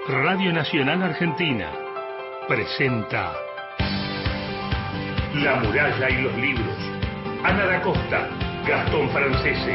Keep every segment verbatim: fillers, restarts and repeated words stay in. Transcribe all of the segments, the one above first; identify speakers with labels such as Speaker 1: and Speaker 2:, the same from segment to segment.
Speaker 1: Radio Nacional Argentina presenta La muralla y los libros. Ana da Costa, Gastón Francese.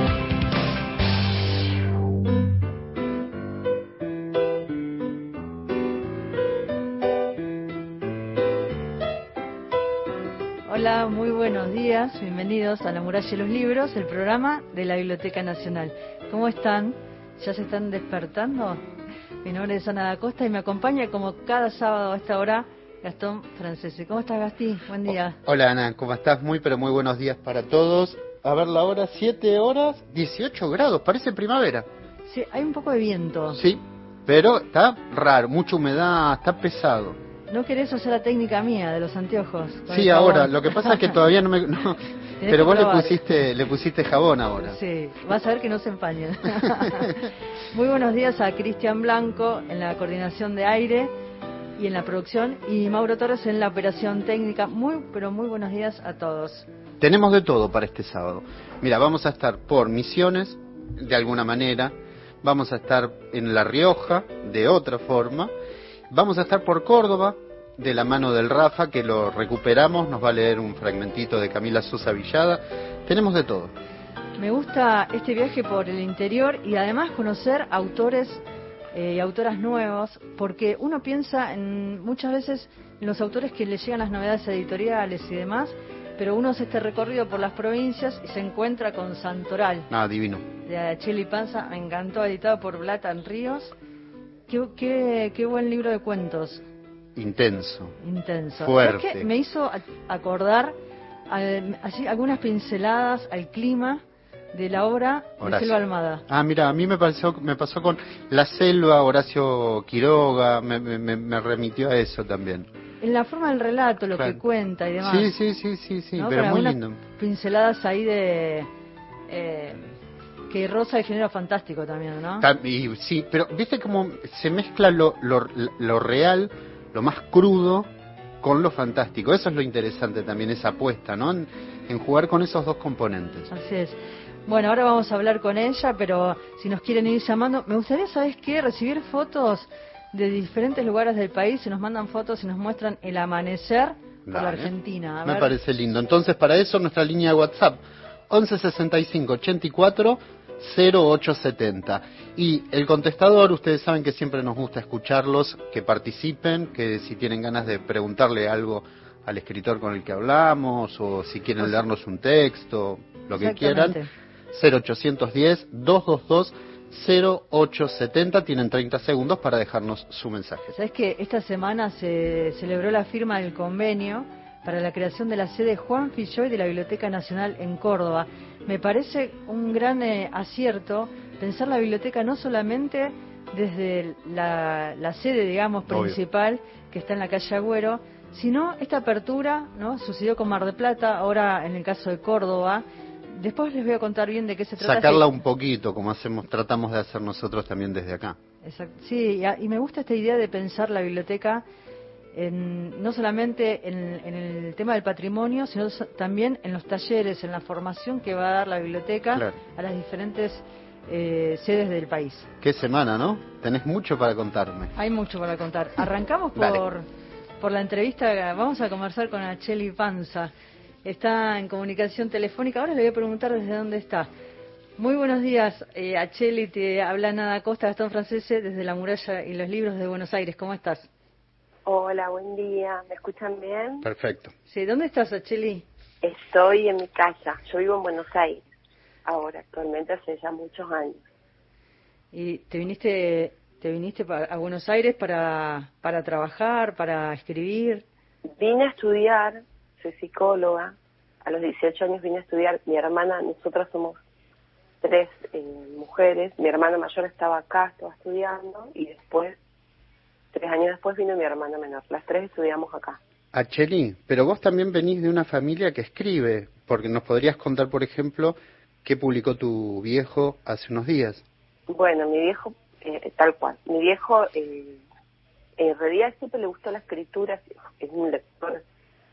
Speaker 2: Hola, muy buenos días, bienvenidos a La muralla y los libros, el programa de la Biblioteca Nacional. ¿Cómo están? ¿Ya se están despertando? Mi nombre es Ana da Costa y me acompaña como cada sábado a esta hora Gastón Francese. ¿Cómo estás, Gastí? Buen día.
Speaker 3: Hola, Ana, ¿cómo estás? Muy, pero muy buenos días para todos. A ver la hora, siete horas, dieciocho grados, parece primavera.
Speaker 2: Sí, hay un poco de viento.
Speaker 3: Sí, pero está raro, mucha humedad, está pesado.
Speaker 2: ¿No querés hacer la técnica mía de los anteojos?
Speaker 3: Sí, ahora, lo que pasa es que todavía no me... No, pero vos le pusiste, le pusiste jabón ahora.
Speaker 2: Sí, vas a ver que no se empañen. Muy buenos días a Cristian Blanco en la coordinación de aire y en la producción, y Mauro Torres en la operación técnica. Muy, pero muy buenos días a todos.
Speaker 3: Tenemos de todo para este sábado. Mira, vamos a estar por Misiones, de alguna manera. Vamos a estar en La Rioja, de otra forma. Vamos a estar por Córdoba, de la mano del Rafa, que lo recuperamos. Nos va a leer un fragmentito de Camila Sosa Villada. Tenemos de todo.
Speaker 2: Me gusta este viaje por el interior y además conocer autores eh, y autoras nuevos, porque uno piensa en muchas veces en los autores que le llegan las novedades editoriales y demás, pero uno hace este recorrido por las provincias y se encuentra con Santoral.
Speaker 3: Ah, divino.
Speaker 2: De Acheli Panza, me encantó, editado por Blatan Ríos. Qué, qué, qué buen libro de cuentos.
Speaker 3: Intenso.
Speaker 2: Intenso.
Speaker 3: Fuerte.
Speaker 2: Es que me hizo acordar al, así, algunas pinceladas al clima de la obra de
Speaker 3: Horacio.
Speaker 2: Selva Almada.
Speaker 3: Ah, mira, a mí me pasó, me pasó con La Selva, Horacio Quiroga, me, me, me remitió a eso también.
Speaker 2: En la forma del relato, lo
Speaker 3: claro.
Speaker 2: que cuenta y demás.
Speaker 3: Sí, sí, sí, sí, sí,
Speaker 2: ¿no?
Speaker 3: pero
Speaker 2: Con
Speaker 3: muy lindo.
Speaker 2: Pinceladas ahí de... Eh, que roza el género fantástico también, ¿no?
Speaker 3: Y, sí, pero viste cómo se mezcla lo, lo, lo real, lo más crudo, con lo fantástico. Eso es lo interesante también, esa apuesta, ¿no? En, en jugar con esos dos componentes.
Speaker 2: Así es. Bueno, ahora vamos a hablar con ella, pero si nos quieren ir llamando, me gustaría, ¿sabes qué? Recibir fotos de diferentes lugares del país, se nos mandan fotos y nos muestran el amanecer por
Speaker 3: Dale.
Speaker 2: la Argentina. A
Speaker 3: Me
Speaker 2: ver.
Speaker 3: parece lindo. Entonces, para eso, nuestra línea de WhatsApp, once sesenta y cinco ochenta y cuatro cero ocho setenta. Y el contestador, ustedes saben que siempre nos gusta escucharlos, que participen, que si tienen ganas de preguntarle algo al escritor con el que hablamos, o si quieren leernos un texto, lo que quieran, cero ochocientos diez, doscientos veintidós, cero ocho setenta, tienen treinta segundos para dejarnos su mensaje.
Speaker 2: ¿Sabes que esta semana se celebró la firma del convenio para la creación de la sede Juan Filloy de la Biblioteca Nacional en Córdoba? Me parece un gran eh, acierto pensar la biblioteca no solamente desde la, la sede, digamos, principal, obvio, que está en la calle Agüero, sino esta apertura, ¿no? Sucedió con Mar del Plata, ahora en el caso de Córdoba. Después les voy a contar bien de qué se trata.
Speaker 3: Sacarla un poquito, como hacemos, tratamos de hacer nosotros también desde acá.
Speaker 2: Exacto. Sí, y, y me gusta esta idea de pensar la biblioteca en, no solamente en, en el tema del patrimonio, sino también en los talleres, en la formación que va a dar la biblioteca, claro, a las diferentes eh, sedes del país.
Speaker 3: Qué semana, ¿no? Tenés mucho para contarme.
Speaker 2: Hay mucho para contar. Arrancamos por, por la entrevista, vamos a conversar con Acheli Panza. Está en comunicación telefónica. Ahora le voy a preguntar desde dónde está. Muy buenos días, eh, Acheli, te habla Ana da Costa, Gastón Francese, desde La muralla y los libros de Buenos Aires. ¿Cómo estás?
Speaker 4: Hola, buen día. ¿Me escuchan bien?
Speaker 3: Perfecto.
Speaker 2: Sí, ¿dónde estás, Acheli?
Speaker 4: Estoy en mi casa. Yo vivo en Buenos Aires, ahora, actualmente, hace ya muchos años.
Speaker 2: ¿Y te viniste te viniste a Buenos Aires para, para trabajar, para escribir?
Speaker 4: Vine a estudiar, soy psicóloga. A los dieciocho años vine a estudiar. Mi hermana, nosotras somos tres eh, mujeres. Mi hermana mayor estaba acá, estaba estudiando, y después, tres años después, vino mi hermana menor. Las tres estudiamos acá.
Speaker 3: Acheli, pero vos también venís de una familia que escribe, porque nos podrías contar, por ejemplo, qué publicó tu viejo hace unos días.
Speaker 4: Bueno, mi viejo, eh, tal cual. Mi viejo, eh, en realidad siempre le gustó la escritura, es un lector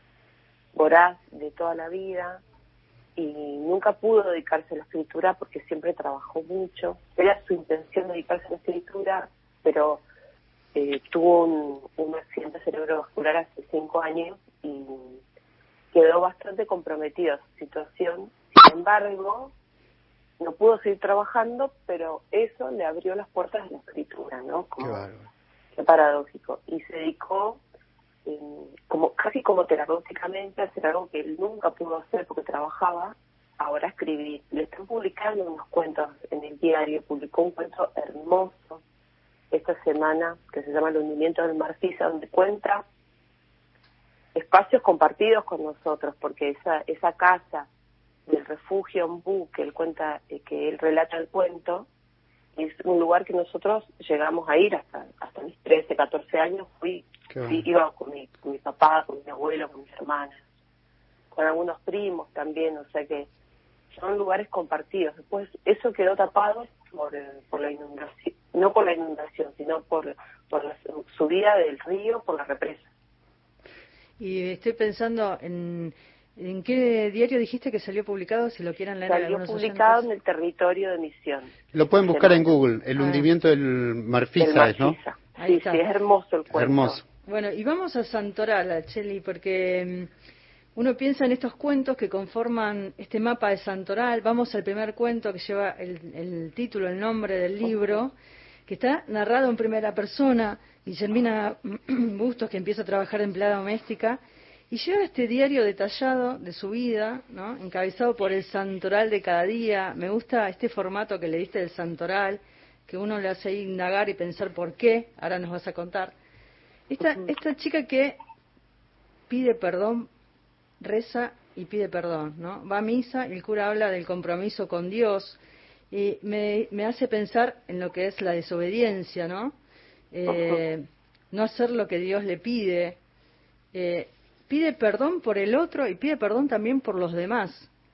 Speaker 4: voraz de toda la vida, y nunca pudo dedicarse a la escritura porque siempre trabajó mucho. Era su intención dedicarse a la escritura, pero eh, tuvo un, un accidente cerebrovascular hace cinco años y quedó bastante comprometido a su situación. Sin embargo, no pudo seguir trabajando, pero eso le abrió las puertas de la escritura, ¿no? Como,
Speaker 3: Qué bárbaro.
Speaker 4: Qué paradójico. Y se dedicó, eh, como casi como terapéuticamente, a hacer algo que él nunca pudo hacer porque trabajaba, ahora a escribir. Le están publicando unos cuentos en el diario, publicó un cuento hermoso esta semana que se llama El hundimiento del Marfisa, donde cuenta espacios compartidos con nosotros, porque esa esa casa del refugio Ombú que él cuenta, eh, que él relata el cuento, es un lugar que nosotros llegamos a ir hasta hasta mis trece, catorce años. Fui, fui iba con mi, con mi papá, con mi abuelo, con mis hermanas, con algunos primos también, o sea que son lugares compartidos. Después eso quedó tapado por, por la inundación, no por la inundación, sino por, por la subida del río, por la represa.
Speaker 2: Y estoy pensando en, en qué diario dijiste que salió publicado, si lo quieran leer.
Speaker 4: Salió
Speaker 2: algunos
Speaker 4: publicado
Speaker 2: oyentes.
Speaker 4: en el Territorio de Misión.
Speaker 3: Lo pueden buscar en
Speaker 4: Semana.
Speaker 3: Google, El
Speaker 2: Ah.
Speaker 3: hundimiento del Marfisa,
Speaker 4: Del Marfisa.
Speaker 3: ¿no?
Speaker 2: Ahí
Speaker 4: Sí,
Speaker 2: está.
Speaker 4: sí, es hermoso el cuento.
Speaker 3: Hermoso.
Speaker 2: Bueno, y vamos a Santoral, Cheli, porque mm, uno piensa en estos cuentos que conforman este mapa de Santoral. Vamos al primer cuento que lleva el, el título, el nombre del libro, que está narrado en primera persona. Guillermina Bustos, que empieza a trabajar de empleada doméstica, y lleva este diario detallado de su vida, ¿no? Encabezado por el Santoral de cada día. Me gusta este formato que le diste del Santoral, que uno le hace indagar y pensar por qué. Ahora nos vas a contar. Esta, esta chica que pide perdón, reza y pide perdón, ¿no? Va a misa y el cura habla del compromiso con Dios, y me, me hace pensar en lo que es la desobediencia, ¿no? Eh, no hacer lo que Dios le pide. Eh, pide perdón por el otro y pide perdón también por los demás.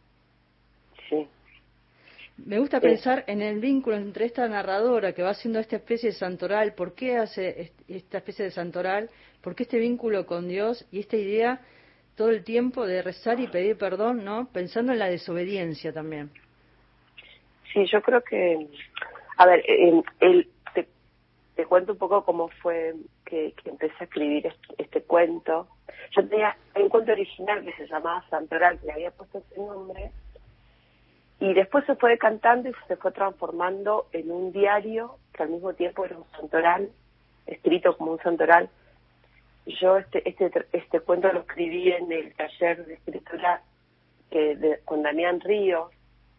Speaker 4: Sí.
Speaker 2: Me gusta
Speaker 4: Sí.
Speaker 2: pensar en el vínculo entre esta narradora que va haciendo esta especie de santoral. ¿Por qué hace esta especie de santoral? ¿Por qué este vínculo con Dios y esta idea todo el tiempo de rezar y pedir perdón, ¿no? Pensando en la desobediencia también.
Speaker 4: Sí, yo creo que, a ver, eh, el, te, te cuento un poco cómo fue que, que empecé a escribir este, este cuento. Yo tenía un cuento original que se llamaba Santoral, que le había puesto ese nombre, y después se fue decantando y se fue transformando en un diario que al mismo tiempo era un santoral, escrito como un santoral. Yo este este este cuento lo escribí en el taller de escritura que de, con Damián Ríos.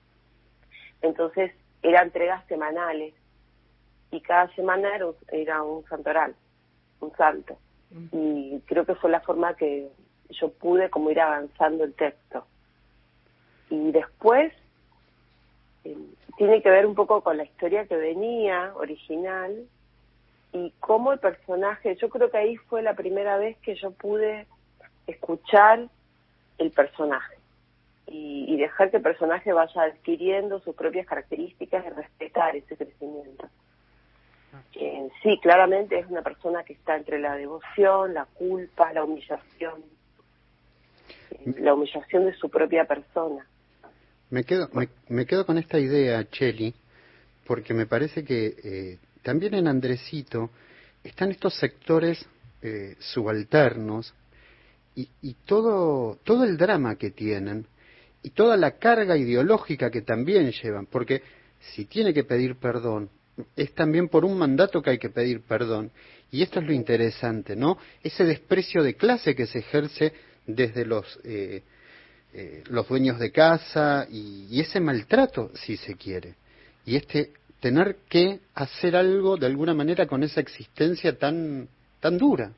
Speaker 4: Entonces eran entregas semanales y cada semana era un, era un santoral, un santo. Y creo que fue la forma que yo pude como ir avanzando el texto. Y después eh, tiene que ver un poco con la historia que venía original y cómo el personaje, yo creo que ahí fue la primera vez que yo pude escuchar el personaje y, y dejar que el personaje vaya adquiriendo sus propias características y respetar ese crecimiento. Eh, sí, claramente es una persona que está entre la devoción, la culpa, la humillación, eh, la humillación de su propia persona.
Speaker 3: Me quedo, me, me quedo con esta idea, Cheli, porque me parece que eh, también en Andresito están estos sectores eh, subalternos y, y todo, todo el drama que tienen y toda la carga ideológica que también llevan, porque si tiene que pedir perdón, es también por un mandato que hay que pedir perdón. Y esto es lo interesante, ¿no? Ese desprecio de clase que se ejerce desde los eh, eh, los dueños de casa y, y ese maltrato, si se quiere. Y este tener que hacer algo de alguna manera con esa existencia tan tan dura.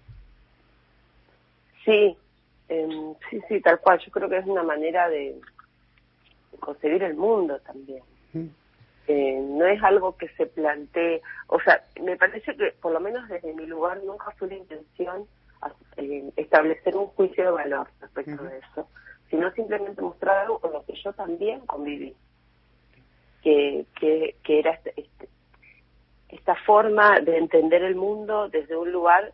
Speaker 4: Sí, eh, sí, sí, tal cual. Yo creo que es una manera de, de concebir el mundo también. Mm. Eh, no es algo que se plantee, o sea, me parece que por lo menos desde mi lugar nunca fue la intención eh, establecer un juicio de valor respecto uh-huh. de eso, sino simplemente mostrar algo con lo que yo también conviví, que, que, que era este, este, esta forma de entender el mundo desde un lugar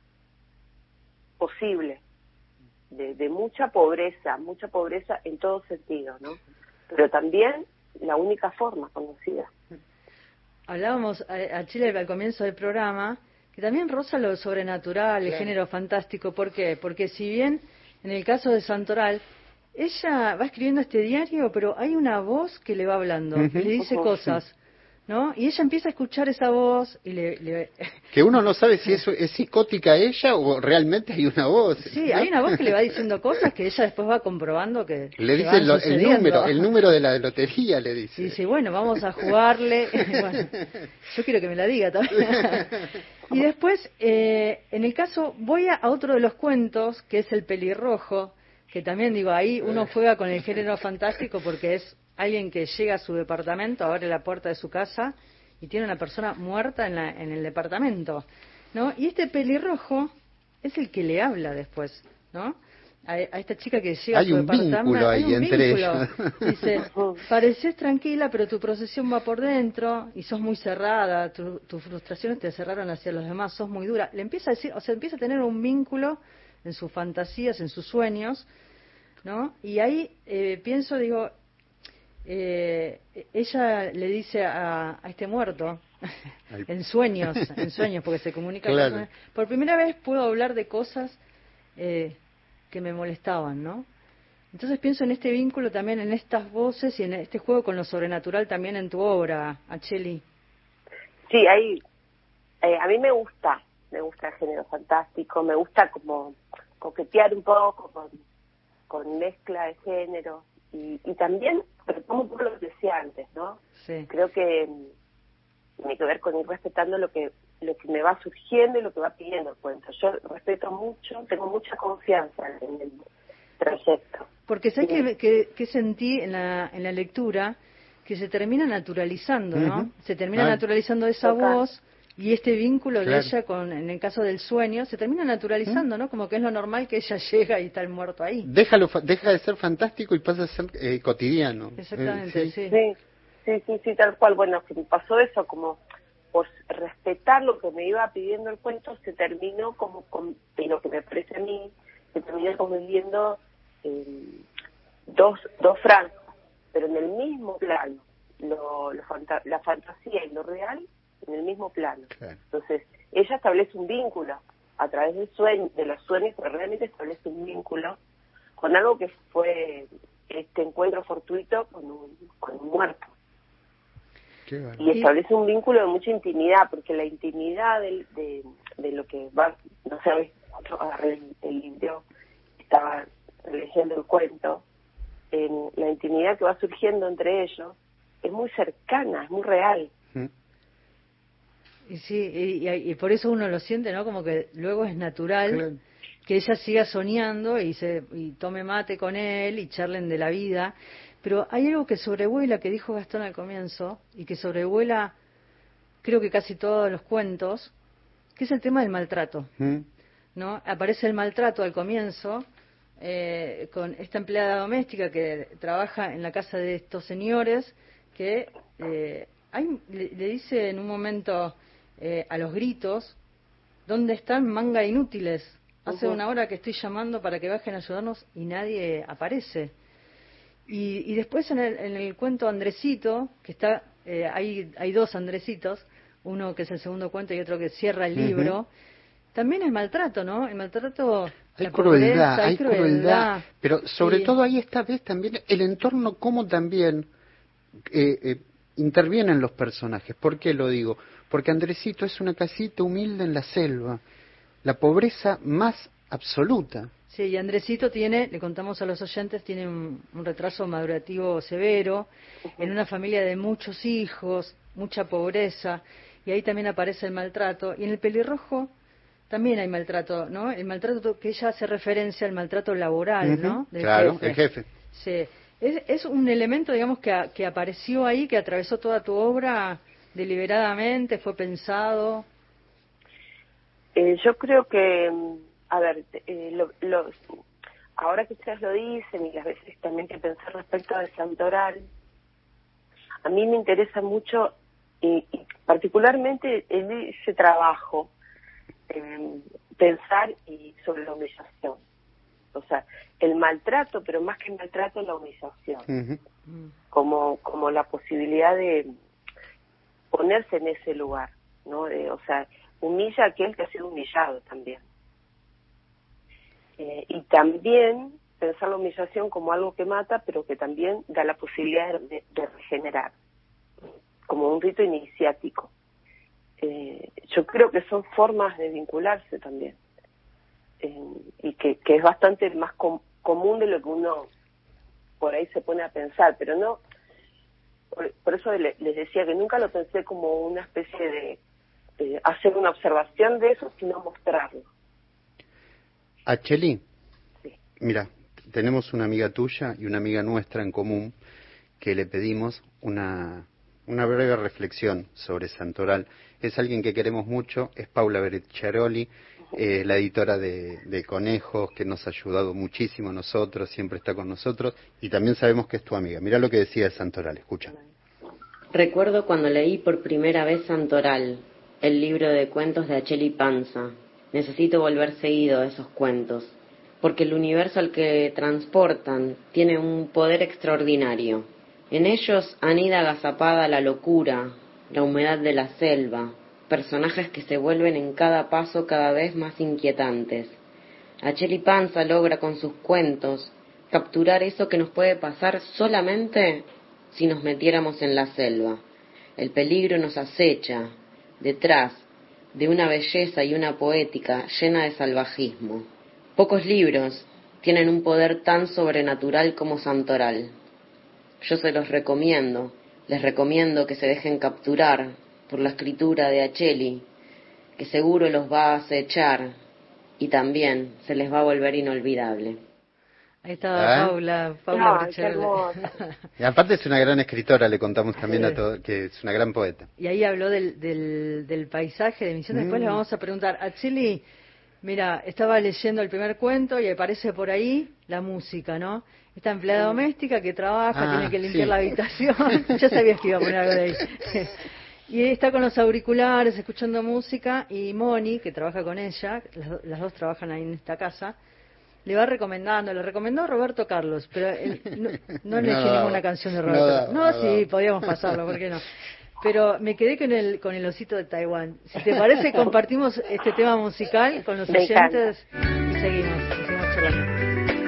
Speaker 4: posible, de, de mucha pobreza, mucha pobreza en todo sentido, ¿no? Pero también la única forma conocida.
Speaker 2: Hablábamos a, a Chile al comienzo del programa que también roza lo sobrenatural, el
Speaker 3: claro.
Speaker 2: género fantástico. ¿Por qué? Porque si bien en el caso de Santoral, ella va escribiendo este diario, pero hay una voz que le va hablando,
Speaker 3: Uh-huh.
Speaker 2: que le dice
Speaker 4: Uh-huh.
Speaker 2: cosas, ¿no? Y ella empieza a escuchar esa voz y le... le...
Speaker 3: Que uno no sabe si eso es psicótica ella o realmente hay una voz.
Speaker 2: Sí,
Speaker 3: ¿no?
Speaker 2: hay una voz que le va diciendo cosas que ella después va comprobando que
Speaker 3: Le
Speaker 2: que
Speaker 3: dice
Speaker 2: van
Speaker 3: lo- el
Speaker 2: sucediendo.
Speaker 3: número, el número de la lotería, le dice.
Speaker 2: Y dice, bueno, vamos a jugarle. Bueno, yo quiero que me la diga también. Y después, eh, en el caso, voy a, a otro de los cuentos, que es El pelirrojo, que también, digo, ahí uno juega con el género fantástico porque es alguien que llega a su departamento, abre la puerta de su casa y tiene una persona muerta en, la, en el departamento, ¿no? Y este pelirrojo es el que le habla después, ¿no? A, a esta chica que llega
Speaker 3: Hay
Speaker 2: a su
Speaker 3: un
Speaker 2: departamento.
Speaker 3: vínculo ahí
Speaker 2: hay un
Speaker 3: entre
Speaker 2: vínculo.
Speaker 3: ellos.
Speaker 2: Dice, pareces tranquila, pero tu procesión va por dentro y sos muy cerrada, tu- tus frustraciones te cerraron hacia los demás, sos muy dura. Le empieza a decir, o sea, empieza a tener un vínculo en sus fantasías, en sus sueños, ¿no? Y ahí eh, pienso, digo, eh, ella le dice a, a este muerto,
Speaker 3: Ay.
Speaker 2: en sueños, en sueños, porque se comunica con
Speaker 3: Claro.
Speaker 2: sueños. Por primera vez puedo hablar de cosas eh, que me molestaban, ¿no? Entonces pienso en este vínculo también, en estas voces y en este juego con lo sobrenatural también en tu obra, Acheli.
Speaker 4: Sí, ahí, eh, a mí me gusta, me gusta el género fantástico, me gusta como coquetear un poco con, con mezcla de género y, y también retomo un poco lo que decía antes, ¿no?
Speaker 2: Sí.
Speaker 4: Creo que mm, tiene que ver con ir respetando lo que lo que me va surgiendo y lo que va pidiendo el cuento. Yo respeto mucho, tengo mucha confianza en el trayecto.
Speaker 2: Porque sé
Speaker 4: Sí.
Speaker 2: que, que, que sentí en la, en la lectura que se termina naturalizando, ¿no?
Speaker 3: Ujú.
Speaker 2: Se termina
Speaker 3: Ah.
Speaker 2: naturalizando esa
Speaker 4: Total.
Speaker 2: voz y este vínculo
Speaker 3: Claro.
Speaker 2: de ella con, en el caso del sueño, se termina naturalizando, ¿no? Como que es lo normal que ella llega y está el muerto ahí.
Speaker 3: Déjalo, fa- deja de ser fantástico y pasa a ser eh, cotidiano.
Speaker 2: Exactamente,
Speaker 3: Eh,
Speaker 2: sí.
Speaker 4: Sí, sí, sí, sí, tal cual. Bueno, que me pasó eso, como por respetar lo que me iba pidiendo el cuento, se terminó como, con, de lo que me parece a mí, se terminó conviviendo eh, dos, dos franjas, pero en el mismo plano, lo, lo fanta- la fantasía y lo real en el mismo plano.
Speaker 3: Claro.
Speaker 4: Entonces, ella establece un vínculo a través del sueño, de los sueños, pero realmente establece un vínculo con algo que fue este encuentro fortuito con un, con un muerto.
Speaker 3: Qué bárbaro.
Speaker 4: Y establece un vínculo de mucha intimidad, porque la intimidad del, de, de lo que va, no sé, yo agarré el, el libro, estaba leyendo el cuento, en la intimidad que va surgiendo entre ellos es muy cercana, es muy real.
Speaker 3: Mm.
Speaker 2: Y sí, y, y- y por eso uno lo siente, ¿no? Como que luego es natural
Speaker 3: Claro.
Speaker 2: que ella siga soñando y se y tome mate con él y charlen de la vida. Pero hay algo que sobrevuela, que dijo Gastón al comienzo, y que sobrevuela, creo que casi todos los cuentos, que es el tema del maltrato,
Speaker 3: Mm.
Speaker 2: ¿no? Aparece el maltrato al comienzo, eh, con esta empleada doméstica que trabaja en la casa de estos señores, que eh, hay, le, le dice en un momento eh, a los gritos, ¿dónde están manga inútiles? Hace
Speaker 4: Ujú.
Speaker 2: una hora que estoy llamando para que bajen a ayudarnos y nadie aparece. Y, y después en el, en el cuento Andresito, que está, eh, hay, hay dos Andresitos, uno que es el segundo cuento y otro que cierra el
Speaker 3: Ujú.
Speaker 2: libro, también es maltrato, ¿no? El maltrato,
Speaker 3: Hay
Speaker 2: la
Speaker 3: crueldad,
Speaker 2: pobreza,
Speaker 3: hay crueldad, pero sobre
Speaker 2: Y-
Speaker 3: todo ahí esta vez también el entorno, cómo también eh, eh, intervienen los personajes. ¿Por qué lo digo? Porque Andresito es una casita humilde en la selva, la pobreza más absoluta.
Speaker 2: Sí, y Andresito tiene, le contamos a los oyentes, tiene un, un retraso madurativo severo, en una familia de muchos hijos, mucha pobreza, y ahí también aparece el maltrato. Y en el pelirrojo también hay maltrato, ¿no? El maltrato que ella hace referencia al maltrato laboral,
Speaker 3: Ujú,
Speaker 2: ¿no? Del
Speaker 3: claro,
Speaker 2: jefe.
Speaker 3: el jefe.
Speaker 2: Sí. Es, es un elemento, digamos, que, a- que apareció ahí, que atravesó toda tu obra deliberadamente, fue pensado.
Speaker 4: Eh, yo creo que, mm, a ver, eh, lo, lo- ahora que ustedes lo dicen y las veces también que pensé respecto de Santoral, a mí me interesa mucho, y, y particularmente en ese trabajo, eh, pensar y sobre la humillación. O sea, el maltrato, pero más que el maltrato, la humillación.
Speaker 3: Ujú.
Speaker 2: Mm.
Speaker 4: Como, como la posibilidad de ponerse en ese lugar. ¿no? Eh, o sea, humilla a aquel que ha sido humillado también. Eh, y también pensar la humillación como algo que mata, pero que también da la posibilidad de, de regenerar, como un rito iniciático. Eh, yo creo que son formas de vincularse también, eh, y que, que es bastante más com común de lo que uno por ahí se pone a pensar, pero no, por, por eso le, les decía que nunca lo pensé como una especie de, de hacer una observación de eso, sino mostrarlo.
Speaker 3: Acheli,
Speaker 4: Sí.
Speaker 3: Mira, tenemos una amiga tuya y una amiga nuestra en común que le pedimos una, una breve reflexión sobre Santoral. Es alguien que queremos mucho, es Paula Bercharoli, eh, la editora de, de Conejos, que nos ha ayudado muchísimo a nosotros, siempre está con nosotros, y también sabemos que es tu amiga. Mira lo que decía de Santoral, escucha.
Speaker 5: Recuerdo cuando leí por primera vez Santoral, el libro de cuentos de Acheli Panza. Necesito volver seguido a esos cuentos, porque el universo al que transportan tiene un poder extraordinario. En ellos anida agazapada la locura, la humedad de la selva, personajes que se vuelven en cada paso cada vez más inquietantes. Acheli Panza logra con sus cuentos capturar eso que nos puede pasar solamente si nos metiéramos en la selva. El peligro nos acecha, detrás de una belleza y una poética llena de salvajismo. Pocos libros tienen un poder tan sobrenatural como Santoral. Yo se los recomiendo, les recomiendo que se dejen capturar por la escritura de Acheli, que seguro los va a acechar y también se les va a volver inolvidable.
Speaker 2: Ahí estaba
Speaker 3: ¿Ah?
Speaker 2: Paula, Paula
Speaker 4: No, qué hermoso.
Speaker 3: Y aparte es una gran escritora, le contamos también
Speaker 2: Sí.
Speaker 3: a todo, que es una gran poeta.
Speaker 2: Y ahí habló del, del, del paisaje de Misiones. Después
Speaker 3: Mm.
Speaker 2: le vamos a preguntar a Chili. Mira, estaba leyendo el primer cuento y aparece por ahí la música, ¿no? Esta empleada doméstica que trabaja,
Speaker 3: Ah,
Speaker 2: tiene que limpiar
Speaker 3: sí.
Speaker 2: la habitación. Ya sabías que iba a poner algo de ahí. Y está con los auriculares, escuchando música, y Moni, que trabaja con ella, las, do- las dos trabajan ahí en esta casa, le va recomendando, le recomendó a Roberto Carlos, pero él no, no elegí
Speaker 3: No daba,
Speaker 2: ninguna canción de
Speaker 3: no
Speaker 2: Roberto
Speaker 3: daba,
Speaker 2: Carlos. No,
Speaker 3: no
Speaker 2: sí,
Speaker 3: daba.
Speaker 2: podíamos pasarlo, ¿por qué no? Pero me quedé con el con el osito de Taiwán. Si te parece, compartimos este tema musical con los
Speaker 4: Me encanta.
Speaker 2: oyentes y seguimos, y seguimos charlando.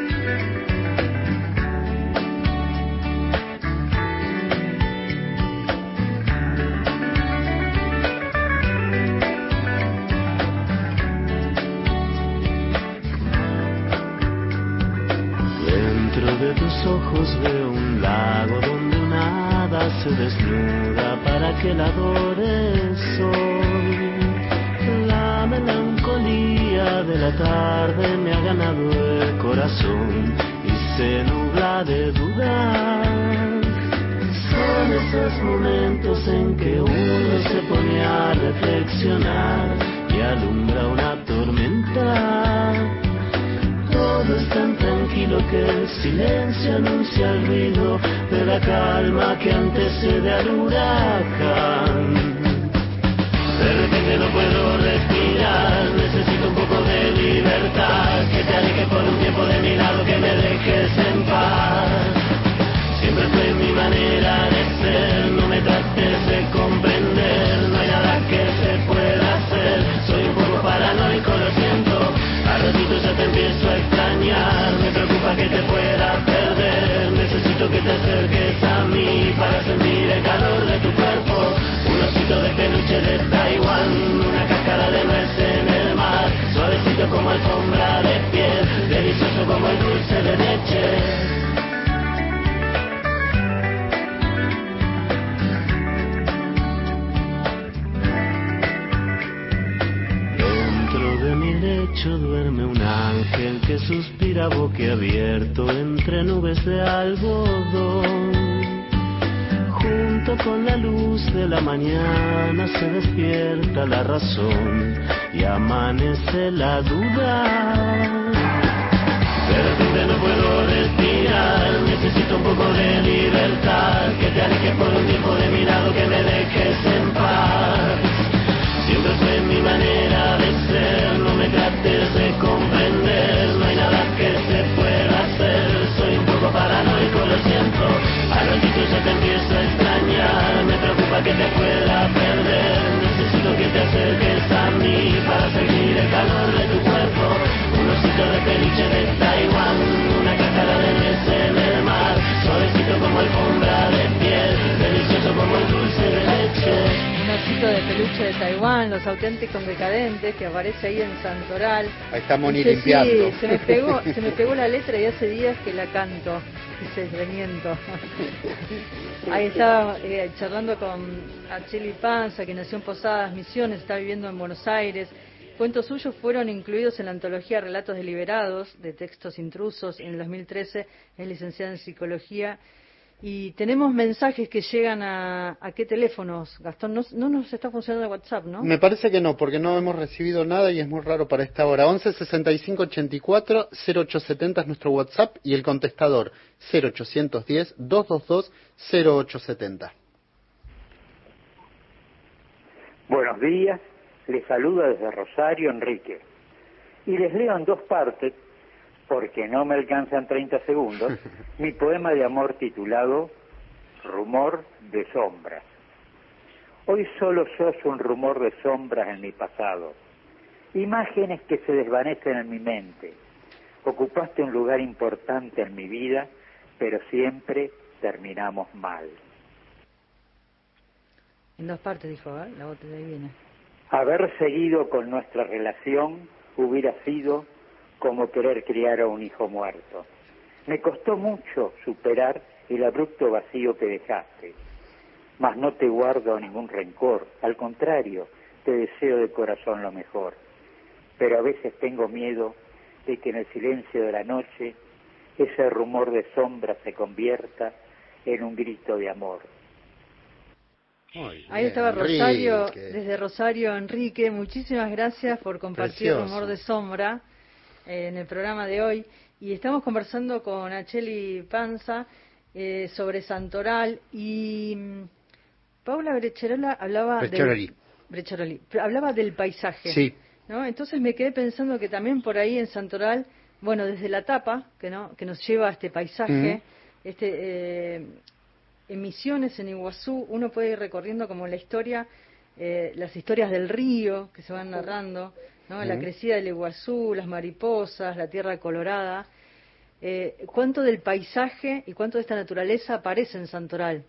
Speaker 6: Dentro de tus ojos veo un lago donde una hada se desnuda para que la adores hoy. La melancolía de la tarde me ha ganado el corazón y se nubla de dudar. Son esos momentos en que uno se pone a reflexionar y alumbra una tormenta. Todo es tan tranquilo que el silencio anuncia el ruido de la calma que antecede al huracán. De repente no puedo respirar, necesito un poco de libertad, que te aleje por un tiempo de mi lado, que me dejes en paz. Siempre fue mi manera de ser, no me trates de comprender, no hay nada que se pueda hacer, soy un poco paranoico, lo siento. A ratito ya te empiezo a extrañar, me preocupa que te pueda perder. Necesito que te acerques a mí para sentir el calor de tu cuerpo. Un osito de peluche de Taiwán, una cascada de nuez en el mar, suavecito como alfombra de piel, delicioso como el dulce de leche. Duerme un ángel que suspira boquiabierto entre nubes de algodón. Junto con la luz de la mañana se despierta la razón y amanece la duda. De repente no puedo respirar, necesito un poco de libertad, que te alejes por un tiempo de mi lado, que me dejes en paz. Siempre fue mi manera de ser, no me trates de comprender, no hay nada que se pueda hacer, soy un poco paranoico, lo siento. A ratito ya te empiezo a extrañar, me preocupa que te pueda perder, necesito que te acerques a mí para sentir el calor de tu cuerpo. Un osito de peluche de Taiwán, una cascada de nuez en el mar, suavecito como alfombra de piel, delicioso como el dulce de leche.
Speaker 2: Un osito de peluche de Taiwán, Los Auténticos Decadentes, que aparece ahí en Santoral.
Speaker 3: Ahí está Moni
Speaker 2: Dice,
Speaker 3: limpiando.
Speaker 2: sí, se me pegó, se me pegó la letra y hace días que la canto. Dice, le miento. Ahí estaba eh, charlando con Acheli Panza, que nació en Posadas Misiones, está viviendo en Buenos Aires. Cuentos suyos fueron incluidos en la antología Relatos Deliberados, de Textos Intrusos, en el dos mil trece. Es licenciada en Psicología. Y tenemos mensajes que llegan a... ¿A qué teléfonos, Gastón? No, no nos está funcionando el WhatsApp, ¿no?
Speaker 3: Me parece que no, porque no hemos recibido nada y es muy raro para esta hora. once sesenta y cinco ochenta y cuatro cero ocho setenta es nuestro WhatsApp y el contestador cero ochocientos diez doscientos veintidós cero ocho setenta.
Speaker 7: Buenos días, les saluda desde Rosario Enrique. Y les leo en dos partes, porque no me alcanzan treinta segundos, mi poema de amor titulado Rumor de sombras. Hoy solo sos un rumor de sombras en mi pasado, imágenes que se desvanecen en mi mente. Ocupaste un lugar importante en mi vida, pero siempre terminamos mal.
Speaker 2: En dos partes, dijo, ¿eh? La voz de ahí viene.
Speaker 7: Haber seguido con nuestra relación hubiera sido como querer criar a un hijo muerto. Me costó mucho superar el abrupto vacío que dejaste, mas no te guardo ningún rencor, al contrario, te deseo de corazón lo mejor. Pero a veces tengo miedo de que en el silencio de la noche ese rumor de sombra se convierta en un grito de amor.
Speaker 3: Muy
Speaker 2: Ahí
Speaker 3: bien,
Speaker 2: estaba Rosario,
Speaker 3: Enrique.
Speaker 2: desde Rosario, Enrique. Muchísimas gracias por compartir
Speaker 3: Precioso.
Speaker 2: Rumor de Sombra eh, en el programa de hoy. Y estamos conversando con Acheli Panza eh, sobre Santoral y mm, Paula Brecherola hablaba
Speaker 3: Brecciaroli.
Speaker 2: del Brecciaroli, hablaba del paisaje.
Speaker 3: Sí.
Speaker 2: ¿No? Entonces me quedé pensando que también por ahí en Santoral, bueno, desde la tapa que no que nos lleva a este paisaje,
Speaker 3: Mm.
Speaker 2: este eh, en Misiones, en Iguazú, uno puede ir recorriendo como la historia, eh, las historias del río que se van narrando, ¿no? La
Speaker 3: Mm.
Speaker 2: crecida del Iguazú, las mariposas, la tierra colorada. Eh, ¿Cuánto del paisaje y cuánto de esta naturaleza aparece en Santoral?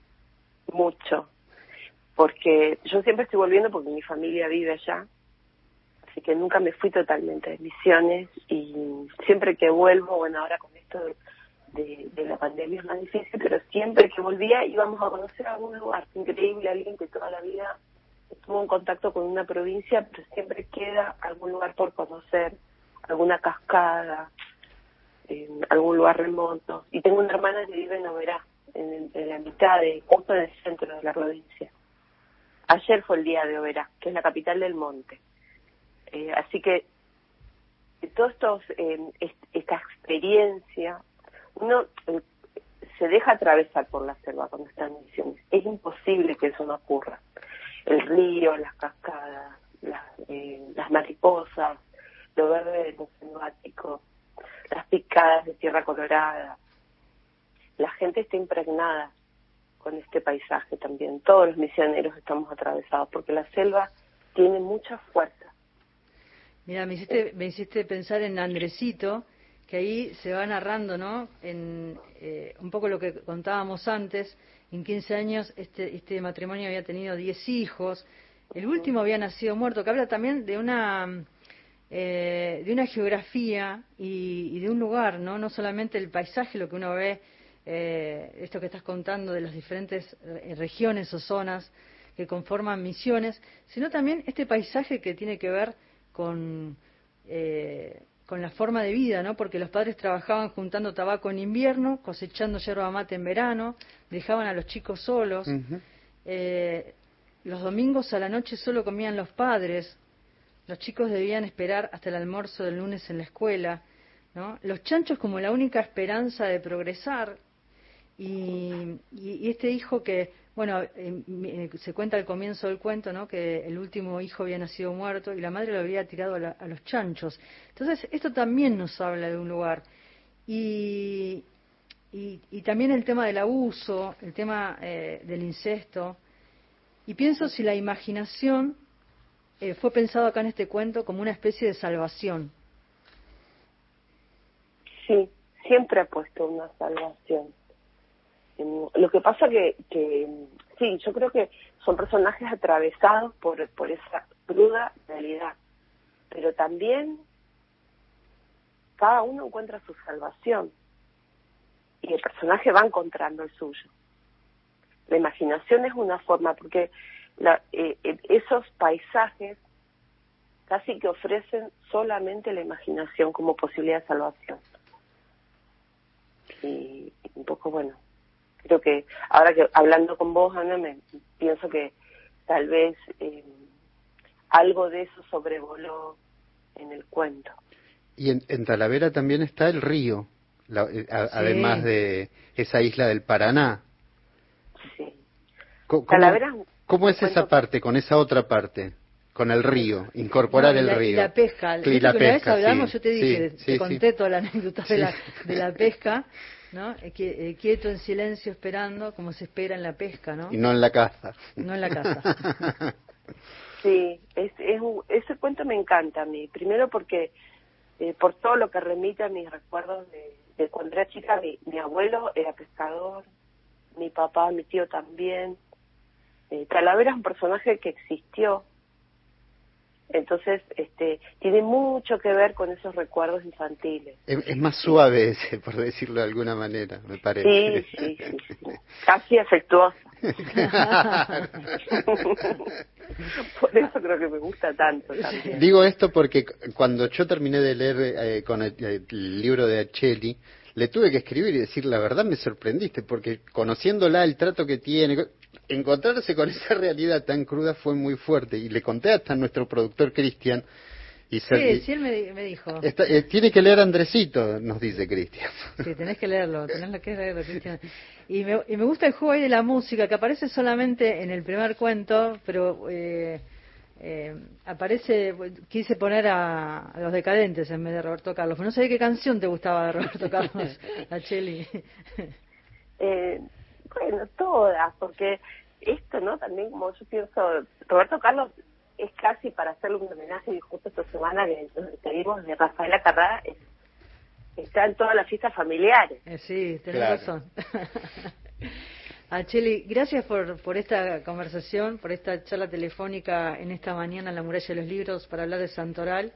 Speaker 4: Mucho, porque yo siempre estoy volviendo porque mi familia vive allá, así que nunca me fui totalmente de Misiones y siempre que vuelvo, bueno, ahora con esto de, de, de la pandemia es más difícil, pero siempre que volvía íbamos a conocer algún lugar increíble, alguien que toda la vida estuvo en contacto con una provincia, pero siempre queda algún lugar por conocer, alguna cascada, en algún lugar remoto. Y tengo una hermana que vive en Oberá, en, en la mitad, de, justo en el centro de la provincia. Ayer fue el día de Oberá, que es la capital del monte. Eh, así que todos estos, eh, est esta experiencia, uno eh, se deja atravesar por la selva cuando está en Misiones. Es imposible que eso no ocurra. El río, las cascadas, las, eh, las mariposas, lo verde de lo selvático, las picadas de tierra colorada. La gente está impregnada con este paisaje también. Todos los misioneros estamos atravesados porque la selva tiene mucha fuerza.
Speaker 2: Mira, me hiciste, me hiciste pensar en Andresito, que ahí se va narrando, ¿no? En eh, un poco lo que contábamos antes. En quince años este, este matrimonio había tenido diez hijos. El último había nacido muerto, que habla también de una eh, de una geografía y, y de un lugar, ¿no? No solamente el paisaje, lo que uno ve, eh, esto que estás contando de las diferentes eh, regiones o zonas que conforman Misiones, sino también este paisaje que tiene que ver con eh, con la forma de vida, ¿no? Porque los padres trabajaban juntando tabaco en invierno, cosechando yerba mate en verano, dejaban a los chicos solos. Uh-huh. eh, los domingos a la noche solo comían los padres, los chicos debían esperar hasta el almuerzo del lunes en la escuela, ¿no? Los chanchos como la única esperanza de progresar. Y, y, y este hijo que, bueno, eh, se cuenta al comienzo del cuento, ¿no? Que el último hijo había nacido muerto y la madre lo había tirado a, la, a los chanchos. Entonces, esto también nos habla de un lugar. Y, y, y también el tema del abuso, el tema eh, del incesto. Y pienso si la imaginación eh, fue pensado acá en este cuento como una especie de salvación.
Speaker 4: Sí, siempre ha puesto una salvación. Lo que pasa que, que sí, yo creo que son personajes atravesados por, por esa cruda realidad, pero también cada uno encuentra su salvación y el personaje va encontrando el suyo. La imaginación es una forma, porque la, eh, esos paisajes casi que ofrecen solamente la imaginación como posibilidad de salvación. Y un poco, bueno, creo que ahora que hablando con vos, Ana, me pienso que tal vez eh, algo de eso sobrevoló en el cuento.
Speaker 3: Y en, en Talavera también está el río, la, a, sí. Además de esa isla del Paraná.
Speaker 4: Sí.
Speaker 3: ¿Cómo, Talavera, ¿cómo es esa parte con esa otra parte? Con el río, incorporar
Speaker 2: no,
Speaker 3: el
Speaker 2: la,
Speaker 3: río.
Speaker 2: Y la pesca.
Speaker 3: Sí, la
Speaker 2: una
Speaker 3: pesca,
Speaker 2: vez hablamos,
Speaker 3: sí,
Speaker 2: yo te dije,
Speaker 3: sí,
Speaker 2: te
Speaker 3: sí,
Speaker 2: conté
Speaker 3: sí.
Speaker 2: toda la anécdota de, la, de la pesca, ¿no? Eh, quieto en silencio esperando, como se espera en la pesca, ¿no?
Speaker 3: Y no en la caza.
Speaker 2: No en la caza.
Speaker 4: Sí, es, es un, ese cuento me encanta a mí. Primero porque, eh, por todo lo que remite a mis recuerdos de, de cuando era chica, mi, mi abuelo era pescador, mi papá, mi tío también. Eh, Talavera es un personaje que existió. Entonces, este, tiene mucho que ver con esos recuerdos infantiles.
Speaker 3: Es, es más suave ese, por decirlo de alguna manera, me parece.
Speaker 4: Sí, sí, sí, sí. Casi afectuoso.
Speaker 3: Claro.
Speaker 4: Por eso creo que me gusta tanto también.
Speaker 3: Digo esto porque cuando yo terminé de leer eh, con el, el libro de Acheli, le tuve que escribir y decir, la verdad me sorprendiste, porque conociéndola, el trato que tiene, encontrarse con esa realidad tan cruda fue muy fuerte. Y le conté hasta a nuestro productor Cristian. Y
Speaker 2: sí,
Speaker 3: se,
Speaker 2: sí, él me, me dijo.
Speaker 3: Está, eh, tiene que leer Andresito, nos dice Cristian.
Speaker 2: Sí, tenés que leerlo, tenés que leerlo, Cristian. Y me, y me gusta el juego ahí de la música, que aparece solamente en el primer cuento, pero eh, eh, aparece, quise poner a, a Los Decadentes en vez de Roberto Carlos. Pero no sabía qué canción te gustaba de Roberto Carlos, Acheli.
Speaker 4: Eh, bueno, todas, porque esto, ¿no? También como yo pienso, Roberto Carlos es casi para hacerle un homenaje, y justo esta semana que nos despedimos de Rafaela Carrá, es, está en todas las fiestas familiares.
Speaker 2: Eh, sí, tenés
Speaker 3: claro.
Speaker 2: razón. Acheli, gracias por, por esta conversación, por esta charla telefónica en esta mañana en la Muralla de los Libros para hablar de Santoral.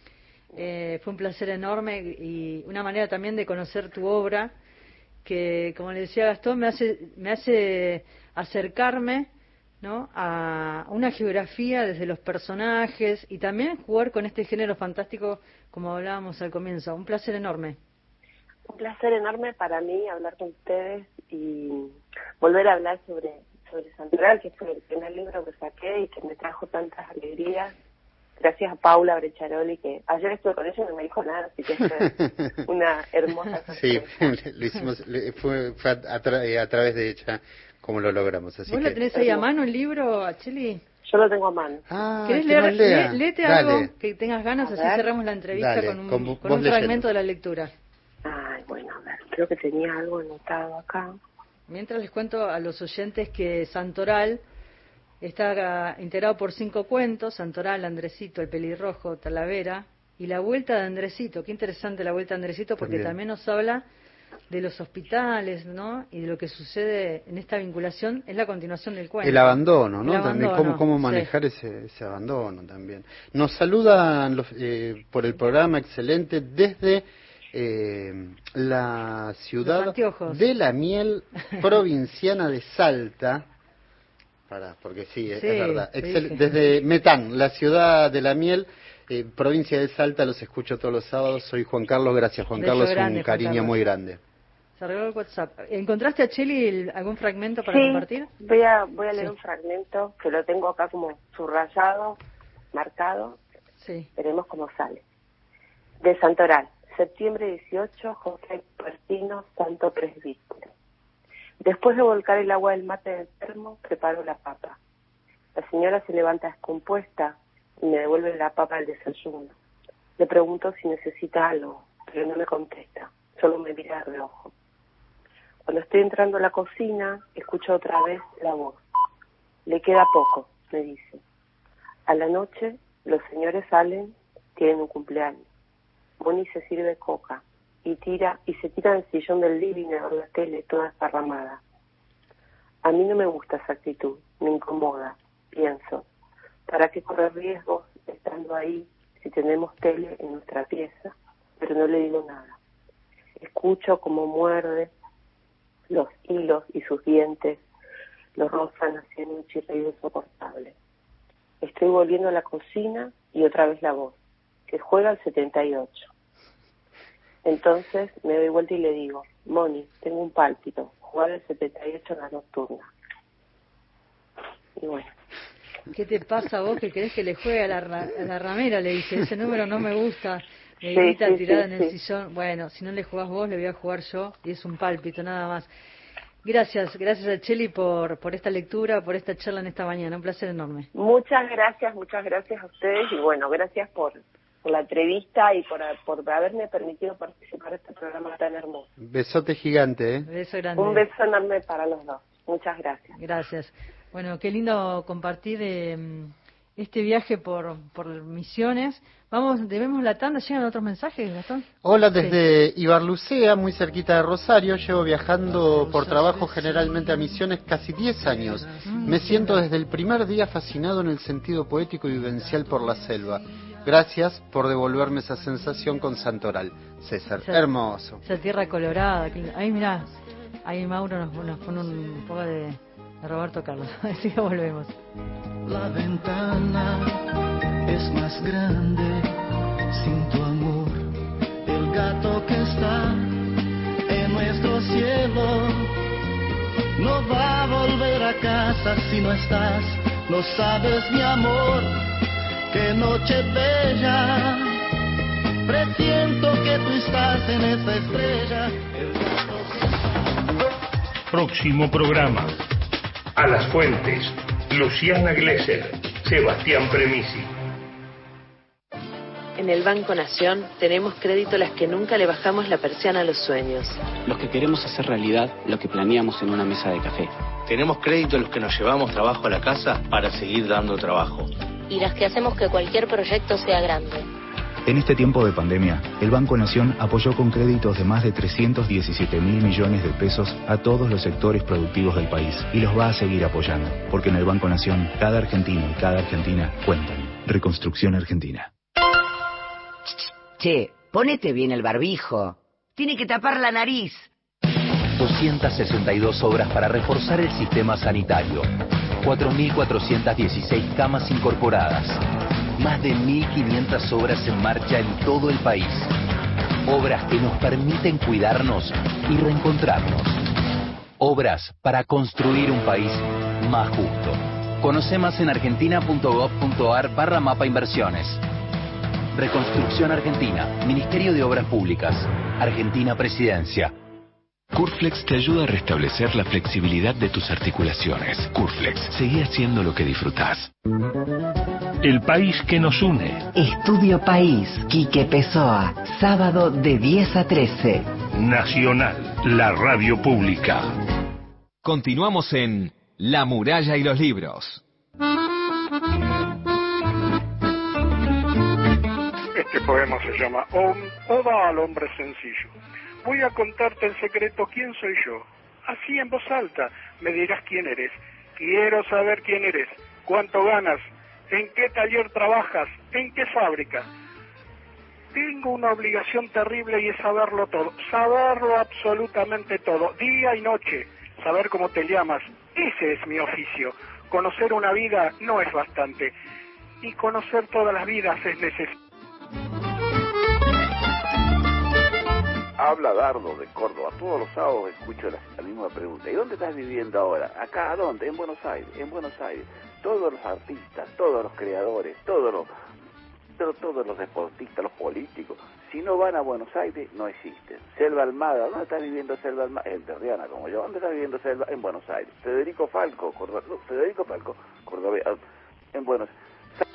Speaker 2: Eh, fue un placer enorme y una manera también de conocer tu obra, que, como le decía Gastón, me hace, me hace acercarme, ¿no?, a una geografía desde los personajes y también jugar con este género fantástico como hablábamos al comienzo. Un placer enorme.
Speaker 4: Un placer enorme para mí hablar con ustedes y volver a hablar sobre sobre Santoral, que fue el primer libro que saqué y que me trajo tantas alegrías. Gracias a Paula Brecharoli, que ayer estuve con ella y no me dijo nada, así que fue una hermosa sorpresa.
Speaker 3: Sí, lo hicimos, fue, fue a, tra a través de ella como lo logramos. Así
Speaker 2: ¿Vos
Speaker 3: que...
Speaker 2: lo tenés ahí a mano el libro, Acheli?
Speaker 4: Yo lo tengo a mano.
Speaker 3: Ah,
Speaker 2: ¿Querés
Speaker 3: que
Speaker 2: leer?
Speaker 3: lea.
Speaker 2: Le, léete
Speaker 3: Dale.
Speaker 2: algo que tengas ganas,
Speaker 4: A
Speaker 2: así
Speaker 4: ver.
Speaker 2: cerramos la entrevista
Speaker 3: Dale,
Speaker 2: con un,
Speaker 3: con,
Speaker 2: con un
Speaker 3: leyendo.
Speaker 2: fragmento de la lectura.
Speaker 4: Ay, bueno, a ver, creo que tenía algo anotado acá.
Speaker 2: Mientras les cuento a los oyentes que Santoral está integrado por cinco cuentos: Santoral, Andresito, El Pelirrojo, Talavera y La Vuelta de Andresito. Qué interesante La Vuelta de Andresito, porque
Speaker 3: también,
Speaker 2: también nos habla de los hospitales, ¿no?, y de lo que sucede en esta vinculación. Es la continuación del cuento.
Speaker 3: El abandono, ¿no?
Speaker 2: El
Speaker 3: También
Speaker 2: abandono,
Speaker 3: cómo, cómo manejar
Speaker 2: sí.
Speaker 3: ese, ese abandono también. Nos saludan los, eh, por el programa excelente desde eh, la ciudad de la miel provinciana de Salta. Para, porque sí, es,
Speaker 2: sí,
Speaker 3: es verdad.
Speaker 2: sí,
Speaker 3: Excel,
Speaker 2: sí.
Speaker 3: Desde Metán, la ciudad de la miel, eh, provincia de Salta, los escucho todos los sábados. Soy Juan Carlos, gracias Juan
Speaker 2: Beso
Speaker 3: Carlos,
Speaker 2: grande,
Speaker 3: un
Speaker 2: Juan
Speaker 3: cariño
Speaker 2: Carlos.
Speaker 3: muy grande.
Speaker 2: Se arregló el WhatsApp. ¿Encontraste a Cheli el- algún fragmento para
Speaker 4: Sí,
Speaker 2: compartir?
Speaker 4: voy a, voy a leer
Speaker 2: Sí.
Speaker 4: un fragmento que lo tengo acá como subrayado, marcado.
Speaker 2: Sí.
Speaker 4: Veremos cómo sale. De Santoral, septiembre dieciocho, José Pertino, Santo Presbítero. Después de volcar el agua del mate del termo, preparo la papa. La señora se levanta descompuesta y me devuelve la papa al desayuno. Le pregunto si necesita algo, pero no me contesta, solo me mira de reojo. Cuando estoy entrando a la cocina, escucho otra vez la voz. Le queda poco, me dice. A la noche, los señores salen, tienen un cumpleaños. Moni se sirve coca y tira y se tira en el sillón del living a ver la tele toda esparramada. A mí no me gusta esa actitud, me incomoda, pienso. ¿Para qué correr riesgos estando ahí si tenemos tele en nuestra pieza? Pero no le digo nada. Escucho cómo muerde los hilos y sus dientes los rozan haciendo un chirrido insoportable. Estoy volviendo a la cocina y otra vez la voz, que juega al setenta y ocho. Entonces me doy vuelta y le digo, Moni, tengo un pálpito, jugar al setenta y ocho en la nocturna. Y bueno.
Speaker 2: ¿Qué te pasa vos que querés que le juegue a la, ra a la ramera? Le dice, ese número no me gusta. Me grita sí, sí, tirada sí, en el sí. sillón. Bueno, si no le jugás vos, le voy a jugar yo. Y es un pálpito, nada más. Gracias, gracias a Cheli por, por esta lectura, por esta charla en esta mañana. Un placer enorme.
Speaker 4: Muchas gracias, muchas gracias a ustedes. Y bueno, gracias por, por la entrevista y por, por haberme permitido participar de este programa tan hermoso.
Speaker 3: Besote gigante, ¿eh?
Speaker 2: Beso grande.
Speaker 4: Un beso enorme para los dos. Muchas gracias.
Speaker 2: Gracias. Bueno, qué lindo compartir eh, este viaje por, por Misiones. Vamos, debemos la tanda. ¿Llegan otros mensajes, Gastón?
Speaker 3: Hola, desde sí. Ibarlucea, muy cerquita de Rosario. Llevo viajando por trabajo generalmente a Misiones casi diez años. Me siento desde el primer día fascinado en el sentido poético y vivencial por la selva. Gracias por devolverme esa sensación con Santoral. César, esa, hermoso.
Speaker 2: Esa tierra colorada. Ahí mirá, ahí Mauro nos, nos pone un poco de... Roberto Carlos, así que volvemos.
Speaker 6: La ventana es más grande sin tu amor. El gato que está en nuestro cielo no va a volver a casa si no estás. No sabes, mi amor, qué noche bella. Presiento que tú estás en esa estrella. El gato que...
Speaker 1: Próximo programa. A las Fuentes, Luciana Glesser, Sebastián Premisi.
Speaker 8: En el Banco Nación tenemos crédito a las que nunca le bajamos la persiana a los sueños.
Speaker 9: Los que queremos hacer realidad lo que planeamos en una mesa de café.
Speaker 10: Tenemos crédito a los que nos llevamos trabajo a la casa para seguir dando trabajo.
Speaker 11: Y las que hacemos que cualquier proyecto sea grande.
Speaker 12: En este tiempo de pandemia, el Banco Nación apoyó con créditos de más de trescientos diecisiete mil millones de pesos a todos los sectores productivos del país y los va a seguir apoyando, porque en el Banco Nación, cada argentino y cada argentina cuentan. Reconstrucción Argentina.
Speaker 13: Che, ponete bien el barbijo. Tiene que tapar la nariz.
Speaker 14: doscientas sesenta y dos obras para reforzar el sistema sanitario. cuatro mil cuatrocientas dieciséis camas incorporadas. Más de mil quinientas obras en marcha en todo el país. Obras que nos permiten cuidarnos y reencontrarnos. Obras para construir un país más justo. Conoce más en argentina.gov.ar barra mapa inversiones. Reconstrucción Argentina, Ministerio de Obras Públicas, Argentina Presidencia.
Speaker 15: Curflex te ayuda a restablecer la flexibilidad de tus articulaciones. Curflex, seguí haciendo lo que disfrutás.
Speaker 1: El país que nos une.
Speaker 16: Estudio País, Quique Pessoa, sábado de diez a trece.
Speaker 1: Nacional, la radio pública.
Speaker 17: Continuamos en La Muralla y los Libros.
Speaker 18: Este poema se llama Oda al hombre sencillo. Voy a contarte en secreto quién soy yo. Así en voz alta me dirás quién eres. Quiero saber quién eres, cuánto ganas, en qué taller trabajas, en qué fábrica. Tengo una obligación terrible y es saberlo todo, saberlo absolutamente todo, día y noche, saber cómo te llamas. Ese es mi oficio. Conocer una vida no es bastante, y conocer todas las vidas es necesario.
Speaker 19: Habla Dardo de Córdoba. Todos los sábados escucho la, la misma pregunta. ¿Y dónde estás viviendo ahora? ¿Acá? ¿A dónde? En Buenos Aires. En Buenos Aires. Todos los artistas, todos los creadores, todos los, todos, todos los deportistas, los políticos, si no van a Buenos Aires, no existen. Selva Almada. ¿Dónde estás viviendo Selva Almada? En Terriana, como yo. ¿Dónde estás viviendo Selva? En Buenos Aires. Federico Falco, Córdoba. No, Federico Falco, Córdoba. En Buenos Aires.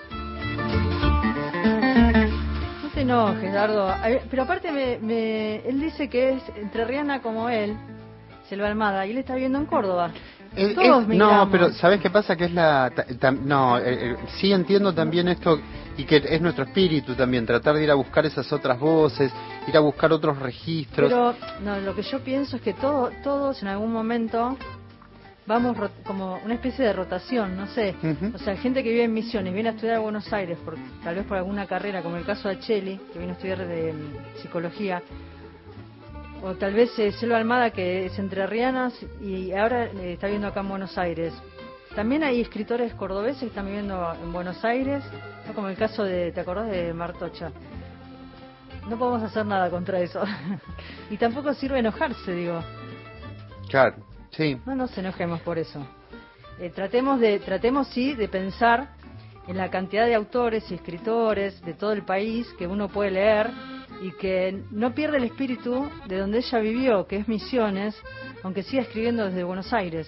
Speaker 2: No te enojes, Dardo. Pero aparte, me, me, él dice que es entrerriana como él, Selva Almada, y él está viviendo en Córdoba.
Speaker 3: Eh,
Speaker 2: Todos
Speaker 3: es,
Speaker 2: migramos.
Speaker 3: no, pero ¿sabés qué pasa? Que es la... ta- tam- no, eh, eh, sí entiendo también esto, y que es nuestro espíritu también, tratar de ir a buscar esas otras voces, ir a buscar otros registros.
Speaker 2: Pero no, lo que yo pienso es que todo, todos en algún momento vamos rot- como una especie de rotación, no sé.
Speaker 3: Ujú.
Speaker 2: O sea, gente que vive en Misiones viene a estudiar a Buenos Aires, por, tal vez por alguna carrera, como el caso de Cheli, que vino a estudiar de mm, psicología. O tal vez eh, Selva Almada, que es entrerriana y ahora eh, está viviendo acá en Buenos Aires. También hay escritores cordobeses que están viviendo en Buenos Aires, ¿no? Como el caso de, ¿te acordás de Martocha? No podemos hacer nada contra eso. Y tampoco sirve enojarse, digo.
Speaker 3: Claro, sí.
Speaker 2: No nos enojemos por eso. Eh, tratemos de, tratemos sí de pensar en la cantidad de autores y escritores de todo el país que uno puede leer y que no pierde el espíritu de donde ella vivió, que es Misiones, aunque siga escribiendo desde Buenos Aires.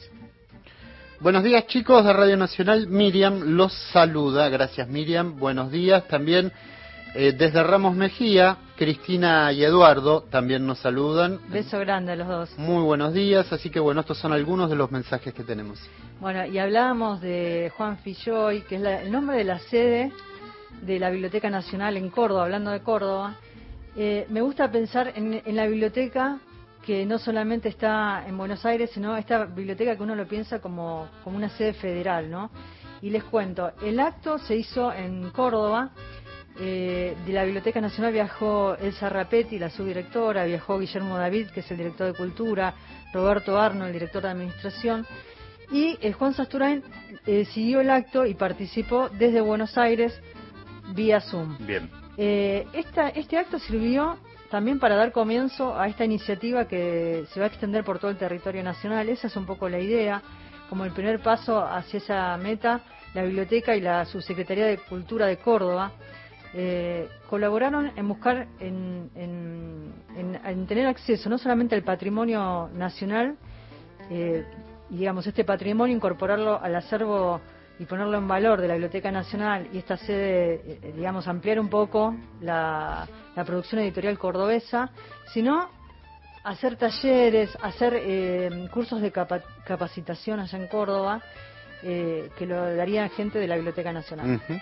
Speaker 3: Buenos días, chicos de Radio Nacional. Miriam los saluda. Gracias, Miriam. Buenos días. También eh, desde Ramos Mejía, Cristina y Eduardo también nos saludan.
Speaker 2: Beso grande a los dos.
Speaker 3: Muy buenos días. Así que bueno, estos son algunos de los mensajes que tenemos.
Speaker 2: Bueno, y hablábamos de Juan Filloy, que es la- el nombre de la sede de la Biblioteca Nacional en Córdoba, hablando de Córdoba. Eh, me gusta pensar en, en la biblioteca que no solamente está en Buenos Aires, sino esta biblioteca que uno lo piensa como, como una sede federal, ¿no? Y les cuento, el acto se hizo en Córdoba, eh, de la Biblioteca Nacional viajó Elsa Rapetti, la subdirectora, viajó Guillermo David, que es el director de Cultura, Roberto Arno, el director de Administración, y eh, Juan Sasturain eh, siguió el acto y participó desde Buenos Aires vía Zoom.
Speaker 3: Bien.
Speaker 2: Eh, esta, este acto sirvió también para dar comienzo a esta iniciativa que se va a extender por todo el territorio nacional. Esa es un poco la idea. Como el primer paso hacia esa meta, la Biblioteca y la Subsecretaría de Cultura de Córdoba eh, colaboraron en buscar, en, en, en, en tener acceso no solamente al patrimonio nacional, eh, y digamos este patrimonio incorporarlo al acervo y ponerlo en valor de la Biblioteca Nacional y esta sede, eh, digamos, ampliar un poco la, la producción editorial cordobesa, sino hacer talleres, hacer eh, cursos de capa- capacitación allá en Córdoba, eh, que lo daría gente de la Biblioteca Nacional.
Speaker 3: Ujú.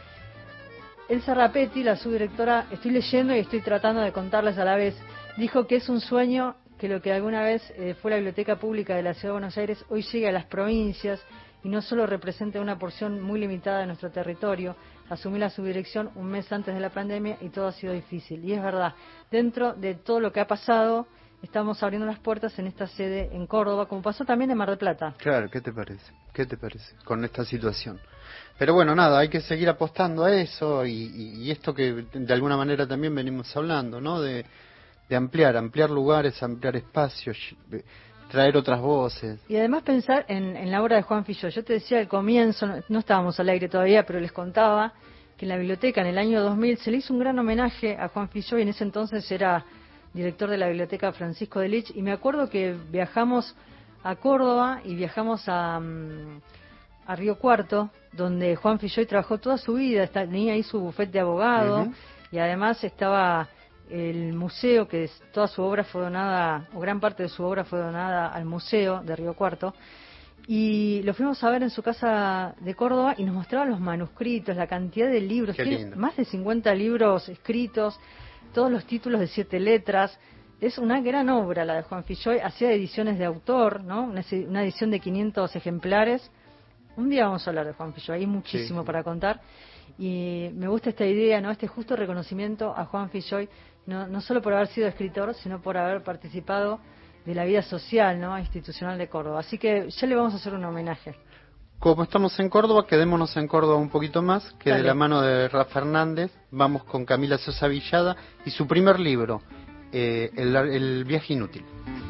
Speaker 2: Elsa Rapetti, la subdirectora, estoy leyendo y estoy tratando de contarles a la vez, dijo que es un sueño que lo que alguna vez eh, fue la Biblioteca Pública de la Ciudad de Buenos Aires hoy llegue a las provincias y no solo represente una porción muy limitada de nuestro territorio. Asumí la subdirección un mes antes de la pandemia y todo ha sido difícil. Y es verdad, dentro de todo lo que ha pasado, estamos abriendo las puertas en esta sede en Córdoba, como pasó también en Mar del Plata.
Speaker 3: Claro, ¿qué te parece? ¿Qué te parece con esta situación? Pero bueno, nada, hay que seguir apostando a eso y, y, y esto que de alguna manera también venimos hablando, ¿no? De, de ampliar, ampliar lugares, ampliar espacios, de- traer otras voces.
Speaker 2: Y además pensar en, en la obra de Juan Filloy. Yo te decía al comienzo, no, no estábamos al aire todavía, pero les contaba que en la biblioteca en el año dos mil se le hizo un gran homenaje a Juan Filloy. En ese entonces era director de la biblioteca Francisco de Lich, y me acuerdo que viajamos a Córdoba y viajamos a, mm, a Río Cuarto, donde Juan Filloy trabajó toda su vida, está- tenía ahí su bufete de abogado,
Speaker 3: Ujú.
Speaker 2: y además estaba el museo, que es- toda su obra fue donada, o gran parte de su obra fue donada al museo de Río Cuarto, y lo fuimos a ver en su casa de Córdoba y nos mostraba los manuscritos, la cantidad de libros,
Speaker 3: Qué
Speaker 2: tiene
Speaker 3: lindo.
Speaker 2: más de cincuenta libros escritos, todos los títulos de siete letras. Es una gran obra la de Juan Filloy, hacía ediciones de autor, ¿no? Una, se- una edición de quinientos ejemplares. Un día vamos a hablar de Juan Filloy, hay muchísimo
Speaker 3: Sí.
Speaker 2: para contar. Y me gusta esta idea, ¿no? Este justo reconocimiento a Juan Filloy, no, no solo por haber sido escritor, sino por haber participado de la vida social, ¿no? Institucional de Córdoba. Así que ya le vamos a hacer un homenaje.
Speaker 3: Como estamos en Córdoba, quedémonos en Córdoba un poquito más, que
Speaker 2: Dale.
Speaker 3: de la mano de Rafa Fernández vamos con Camila Sosa Villada y su primer libro, eh, el, el viaje inútil.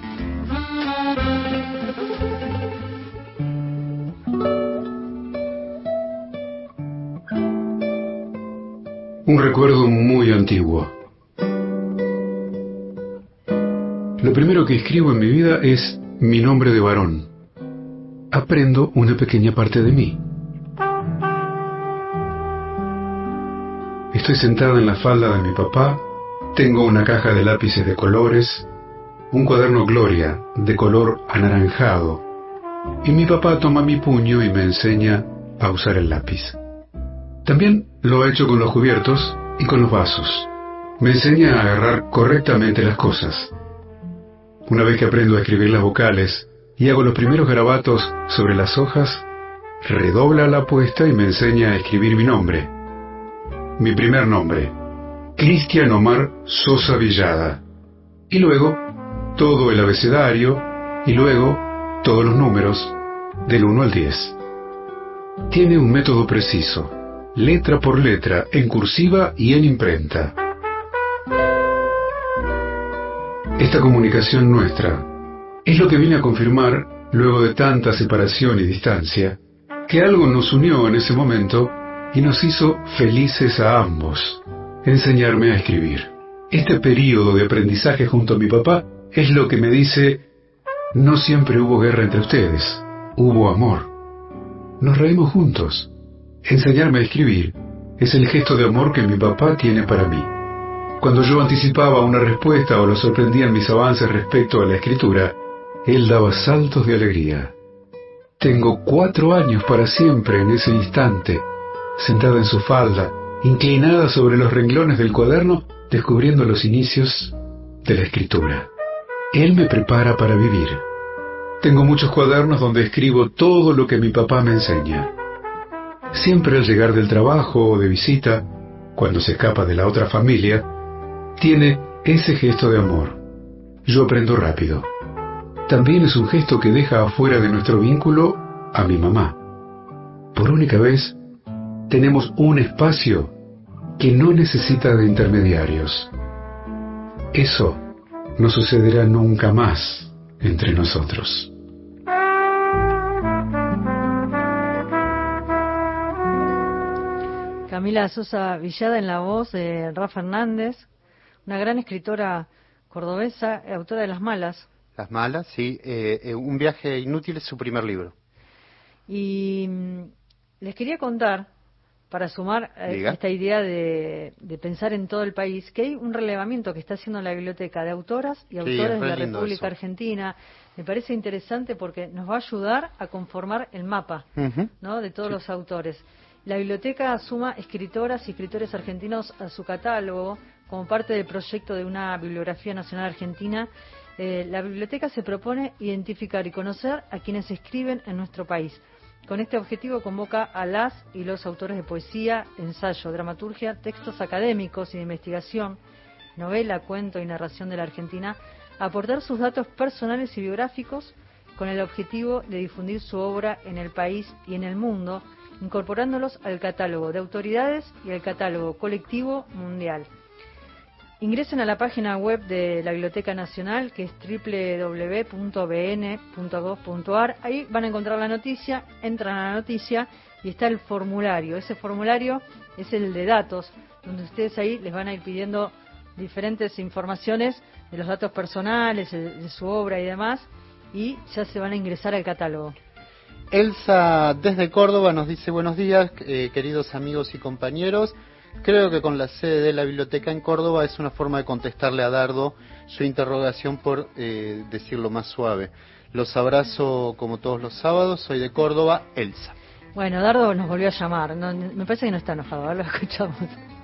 Speaker 20: Un recuerdo muy antiguo. Lo primero que escribo en mi vida es mi nombre de varón. Aprendo una pequeña parte de mí. Estoy sentada en la falda de mi papá, tengo una caja de lápices de colores, un cuaderno Gloria de color anaranjado, y mi papá toma mi puño y me enseña a usar el lápiz. También lo ha hecho con los cubiertos y con los vasos. Me enseña a agarrar correctamente las cosas. Una vez que aprendo a escribir las vocales y hago los primeros garabatos sobre las hojas, redobla la apuesta y me enseña a escribir mi nombre. Mi primer nombre, Cristian Omar Sosa Villada. Y luego, todo el abecedario, y luego, todos los números, del uno al diez. Tiene un método preciso, letra por letra, en cursiva y en imprenta. Esta comunicación nuestra es lo que viene a confirmar, luego de tanta separación y distancia, que algo nos unió en ese momento y nos hizo felices a ambos: enseñarme a escribir. Este período de aprendizaje junto a mi papá es lo que me dice: no siempre hubo guerra entre ustedes, hubo amor. Nos reímos juntos. Enseñarme a escribir es el gesto de amor que mi papá tiene para mí. Cuando yo anticipaba una respuesta o lo sorprendía en mis avances respecto a la escritura, él daba saltos de alegría. Tengo cuatro años para siempre en ese instante, sentada en su falda, inclinada sobre los renglones del cuaderno, descubriendo los inicios de la escritura. Él me prepara para vivir. Tengo muchos cuadernos donde escribo todo lo que mi papá me enseña. Siempre al llegar del trabajo o de visita, cuando se escapa de la otra familia, tiene ese gesto de amor. Yo aprendo rápido. También es un gesto que deja afuera de nuestro vínculo a mi mamá. Por única vez, tenemos un espacio que no necesita de intermediarios. Eso no sucederá nunca más entre nosotros.
Speaker 2: Camila Sosa Villada en la voz de Rafa Hernández, una gran escritora cordobesa, autora de Las Malas.
Speaker 3: Las Malas, sí. Eh, eh, un viaje inútil es su primer libro.
Speaker 2: Y mm, les quería contar, para sumar eh, esta idea de, de pensar en todo el país, que hay un relevamiento que está haciendo la biblioteca de autoras y autores sí, de la República eso. Argentina. Me parece interesante porque nos va a ayudar a conformar el mapa, uh-huh. ¿no? de todos sí. los autores. La biblioteca suma escritoras y escritores argentinos a su catálogo como parte del proyecto de una bibliografía nacional argentina. Eh, la biblioteca se propone identificar y conocer a quienes escriben en nuestro país. Con este objetivo convoca a las y los autores de poesía, ensayo, dramaturgia, textos académicos y de investigación, novela, cuento y narración de la Argentina, a aportar sus datos personales y biográficos con el objetivo de difundir su obra en el país y en el mundo, incorporándolos al catálogo de autoridades y al catálogo colectivo mundial. Ingresen a la página web de la Biblioteca Nacional, que es doble u doble u doble u punto b n punto gov punto a r. Ahí van a encontrar la noticia, entran a la noticia y está el formulario. Ese formulario es el de datos, donde ustedes ahí les van a ir pidiendo diferentes informaciones de los datos personales, de su obra y demás, y ya se van a ingresar al catálogo.
Speaker 3: Elsa desde Córdoba nos dice: buenos días, eh, queridos amigos y compañeros. Creo que con la sede de la biblioteca en Córdoba es una forma de contestarle a Dardo su interrogación, por eh, decirlo más suave. Los abrazo como todos los sábados. Soy de Córdoba, Elsa.
Speaker 2: Bueno, Dardo nos volvió a llamar. No, me parece que no está enojado. Ahora lo escuchamos.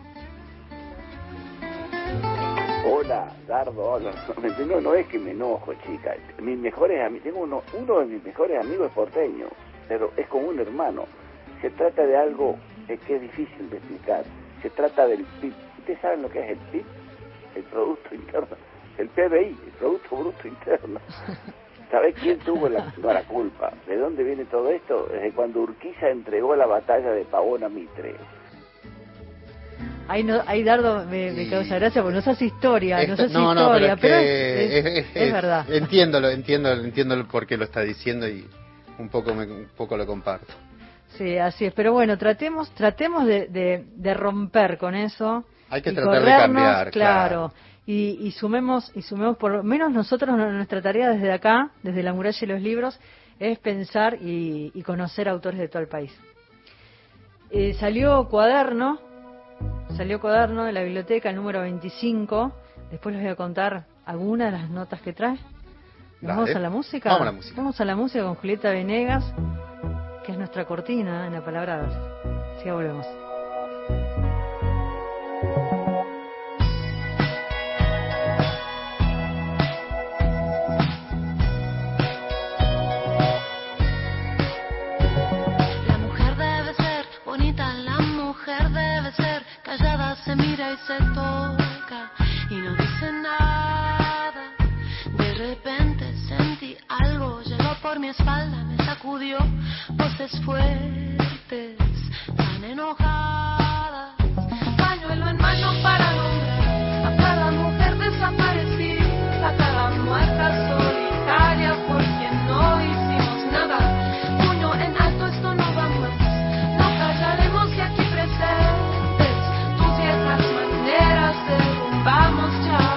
Speaker 19: Hola, Dardo. Hola. No, no es que me enojo, chica. Mis mejores amigos, tengo uno, uno de mis mejores amigos es porteño, pero es como un hermano. Se trata de algo eh, que es difícil de explicar. Se trata del P I B. ¿Ustedes saben lo que es el P I B? El Producto Interno. El P B I, el Producto Bruto Interno. ¿Sabés quién tuvo la, no, la culpa? ¿De dónde viene todo esto? Desde cuando Urquiza entregó la batalla de Pavón a Mitre.
Speaker 2: Ahí, no, ahí Dardo, me, me causa gracia porque no se hace historia,
Speaker 3: Esta,
Speaker 2: no se hace
Speaker 3: no,
Speaker 2: historia,
Speaker 3: no, pero,
Speaker 2: pero
Speaker 3: es,
Speaker 2: es,
Speaker 3: es,
Speaker 2: es,
Speaker 3: es,
Speaker 2: es verdad.
Speaker 3: Entiéndolo, entiendo, entiendo por qué lo está diciendo y un poco, me, un poco lo comparto.
Speaker 2: Sí, así es, pero bueno, tratemos tratemos de, de, de romper con eso.
Speaker 3: Hay que tratar de cambiar,
Speaker 2: claro. claro. Y, y sumemos, y sumemos por lo menos nosotros, nuestra tarea desde acá, desde La Muralla y los Libros, es pensar y, y conocer autores de todo el país. Eh, salió cuaderno, salió cuaderno de la biblioteca, el número veinticinco. Después les voy a contar algunas de las notas que trae. ¿Nos vamos a la música?
Speaker 3: Vamos a la música.
Speaker 2: Vamos a la música con Julieta Venegas, que es nuestra cortina en Apalabradas. Así que volvemos.
Speaker 21: La mujer debe ser bonita, la mujer debe ser callada, se mira y se toca y no dice nada. De repente sentí algo, llegó por mi espalda, me sacudió, voces fuertes, tan enojadas. Pañuelo en mano para nombrar a cada mujer desaparecida, a cada muerta solitaria por quien no hicimos nada. Puño en alto, esto no va más, no callaremos y aquí presentes tus viejas maneras, derrumbamos ya.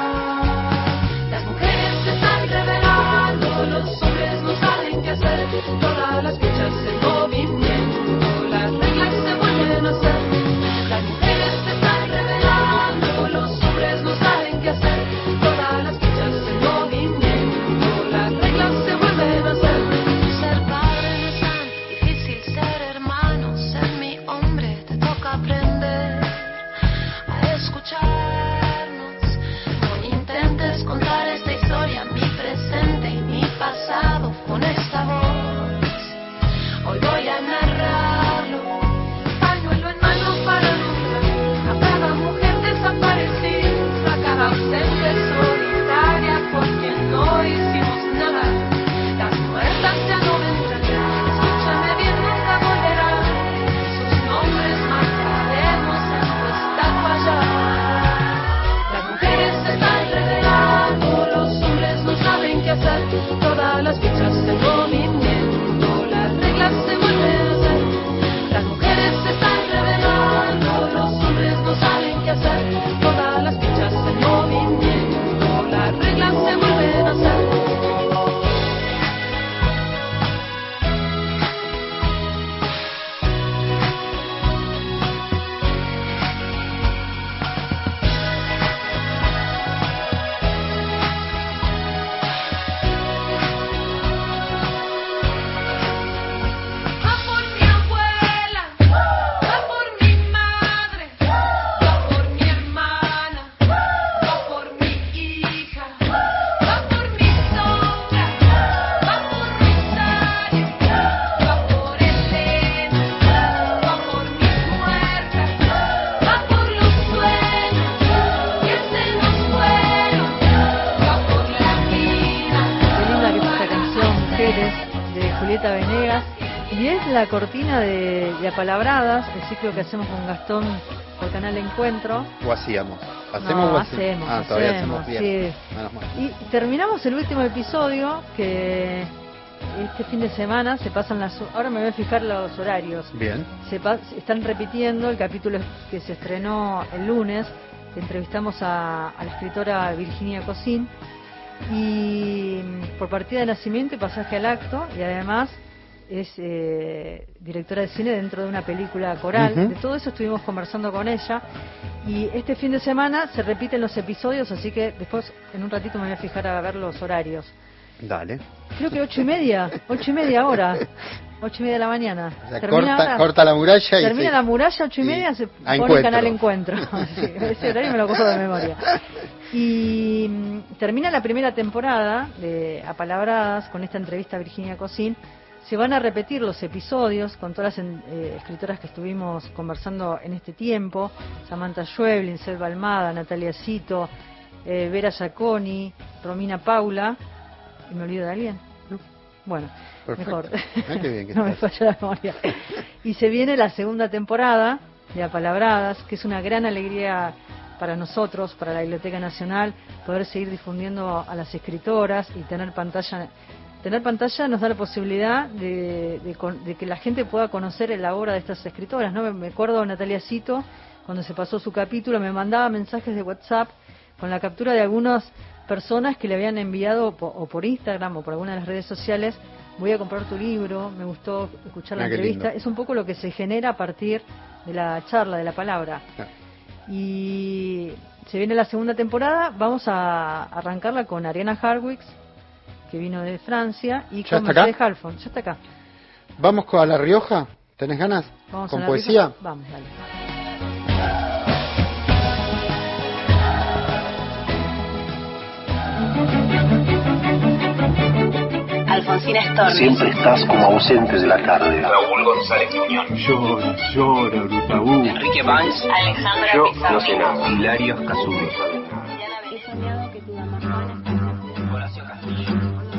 Speaker 21: Los hombres no saben qué hacer, todas las fichas en movimiento, las reglas se vuelven a hacer. Las mujeres se están revelando, los hombres no saben qué hacer, todas las fichas en movimiento, las reglas se vuelven a hacer. Ser padre no es tan difícil, ser hermano, ser mi hombre, te toca aprender a escucharnos. No intentes contar esta historia, mi presente y mi pasado con esta voz. Hoy voy a narrarlo. Pañuelo en mano para nombrar a cada mujer desaparecida, a cada ausente solitaria por quien no hicimos nada. Las muertas ya no vendrán, escúchame bien, nunca volverán. Sus nombres marcaremos en tu estatua ya. Las mujeres se están revelando, los hombres no saben qué hacer, todas las fichas en movimiento, las reglas se vuelven a hacer. Las mujeres se están revelando, los hombres no saben qué hacer, todas las fichas en movimiento, las reglas se vuelven a hacer.
Speaker 2: Venegas, y es la cortina de, de Apalabradas, el ciclo que hacemos con Gastón por Canal Encuentro.
Speaker 3: ¿O hacíamos? ¿Hacemos
Speaker 2: no,
Speaker 3: o
Speaker 2: hacemos?
Speaker 3: Ah,
Speaker 2: hacemos,
Speaker 3: todavía hacemos bien.
Speaker 2: Sí.
Speaker 3: Menos mal.
Speaker 2: Y terminamos el último episodio, que este fin de semana se pasan las... Ahora me voy a fijar los horarios.
Speaker 3: Bien.
Speaker 2: Se pa... están repitiendo el capítulo que se estrenó el lunes. Entrevistamos a, a la escritora Virginia Cosín, y por partida de nacimiento y pasaje al acto, y además es eh, directora de cine dentro de una película coral. Uh-huh. De todo eso estuvimos conversando con ella, y este fin de semana se repiten los episodios, así que después en un ratito me voy a fijar a ver los horarios.
Speaker 3: Dale.
Speaker 2: Creo que ocho y media, ocho y media hora, ocho y media de la mañana.
Speaker 3: O sea, corta, ahora, corta la muralla y
Speaker 2: termina
Speaker 3: se...
Speaker 2: la muralla, ocho y media se pone
Speaker 3: encuentro.
Speaker 2: El canal Encuentro. Sí, ese horario me lo cojo de memoria. Y mmm, termina la primera temporada de Apalabradas con esta entrevista a Virginia Cosín. Se van a repetir los episodios con todas las eh, escritoras que estuvimos conversando en este tiempo: Samantha Schweblin, Selva Almada, Natalia Cito, eh, Vera Giaconi, Romina Paula. ¿Y me olvido de alguien? Bueno,
Speaker 3: perfecto.
Speaker 2: Mejor.
Speaker 3: Ah, qué bien que
Speaker 2: no me falla la memoria. Y se viene la segunda temporada de Apalabradas, que es una gran alegría para nosotros, para la Biblioteca Nacional, poder seguir difundiendo a las escritoras y tener pantalla. Tener pantalla nos da la posibilidad de, de, de que la gente pueda conocer la obra de estas escritoras, ¿no? Me acuerdo de Natalia Cito, cuando se pasó su capítulo, me mandaba mensajes de WhatsApp con la captura de algunas personas que le habían enviado o por Instagram o por alguna de las redes sociales: voy a comprar tu libro, me gustó escuchar la ah, entrevista. Es un poco lo que se genera a partir de la charla, de la palabra. Ah. Y se viene la segunda temporada, vamos a arrancarla con Ariana Harwicz, que vino de Francia, y
Speaker 3: ¿Ya
Speaker 2: con
Speaker 3: está acá?
Speaker 2: Mercedes Halfon. Ya está acá.
Speaker 3: ¿Vamos con- a La Rioja? ¿Tenés ganas?
Speaker 2: Vamos
Speaker 3: ¿Con
Speaker 2: a la
Speaker 3: poesía?
Speaker 2: Rioja. Vamos, dale.
Speaker 5: Alfonsina Storni.
Speaker 22: Siempre estás como ausente de la tarde.
Speaker 10: Raúl González Muñoz.
Speaker 22: Llora, llora, Brutaú.
Speaker 10: Enrique Banks.
Speaker 5: Alejandra
Speaker 10: Yo
Speaker 5: Pizarro.
Speaker 10: no sé nada.
Speaker 22: Hilario Cazube.
Speaker 5: He soñado que tu Damasceno.
Speaker 10: Horacio Castillo.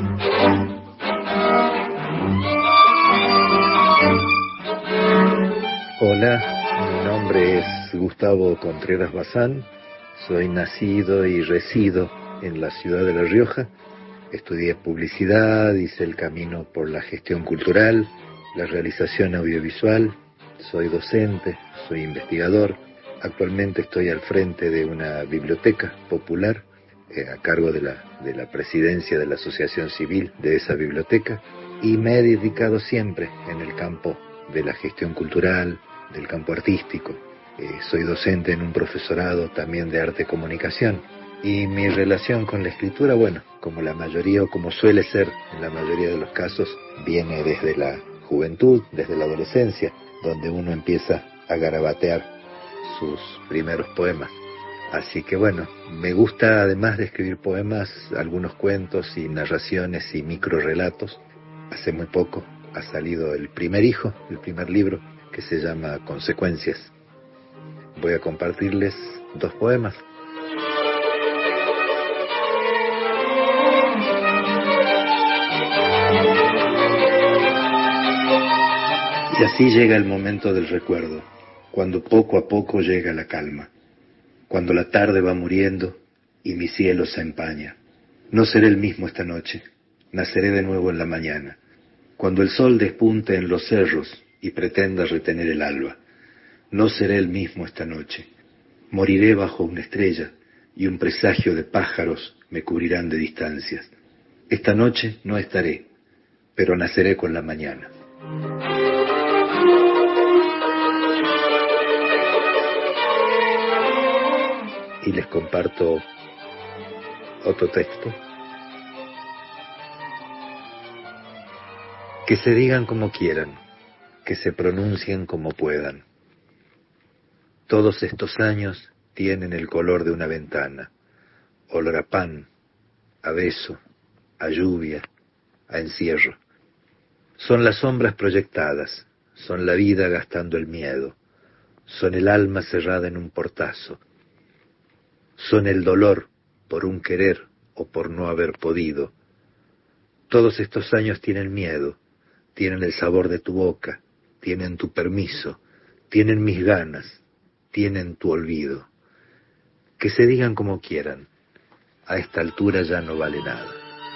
Speaker 23: Hola, mi nombre es Gustavo Contreras Bazán, soy nacido y resido en la ciudad de La Rioja. Estudié publicidad, hice el camino por la gestión cultural, la realización audiovisual, soy docente, soy investigador. Actualmente estoy al frente de una biblioteca popular eh, a cargo de la, de la presidencia de la asociación civil de esa biblioteca, y me he dedicado siempre en el campo de la gestión cultural, del campo artístico. Eh, soy docente en un profesorado también de arte y comunicación. Y mi relación con la escritura, bueno, como la mayoría o como suele ser en la mayoría de los casos, viene desde la juventud, desde la adolescencia, donde uno empieza a garabatear sus primeros poemas. Así que bueno, me gusta además de escribir poemas, algunos cuentos y narraciones y microrelatos. Hace muy poco ha salido el primer hijo, el primer libro, que se llama Consecuencias. Voy a compartirles dos poemas. Y así llega el momento del recuerdo, cuando poco a poco llega la calma, cuando la tarde va muriendo y mi cielo se empaña. No seré el mismo esta noche, naceré de nuevo en la mañana, cuando el sol despunte en los cerros y pretenda retener el alba. No seré el mismo esta noche, moriré bajo una estrella y un presagio de pájaros me cubrirán de distancias. Esta noche no estaré, pero naceré con la mañana. Y les comparto otro texto. Que se digan como quieran, que se pronuncien como puedan. Todos estos años tienen el color de una ventana, olor a pan, a beso, a lluvia, a encierro. Son las sombras proyectadas, son la vida gastando el miedo, son el alma cerrada en un portazo, son el dolor por un querer o por no haber podido. Todos estos años tienen miedo, tienen el sabor de tu boca, tienen tu permiso, tienen mis ganas, tienen tu olvido. Que se digan como quieran, a esta altura ya no vale nada.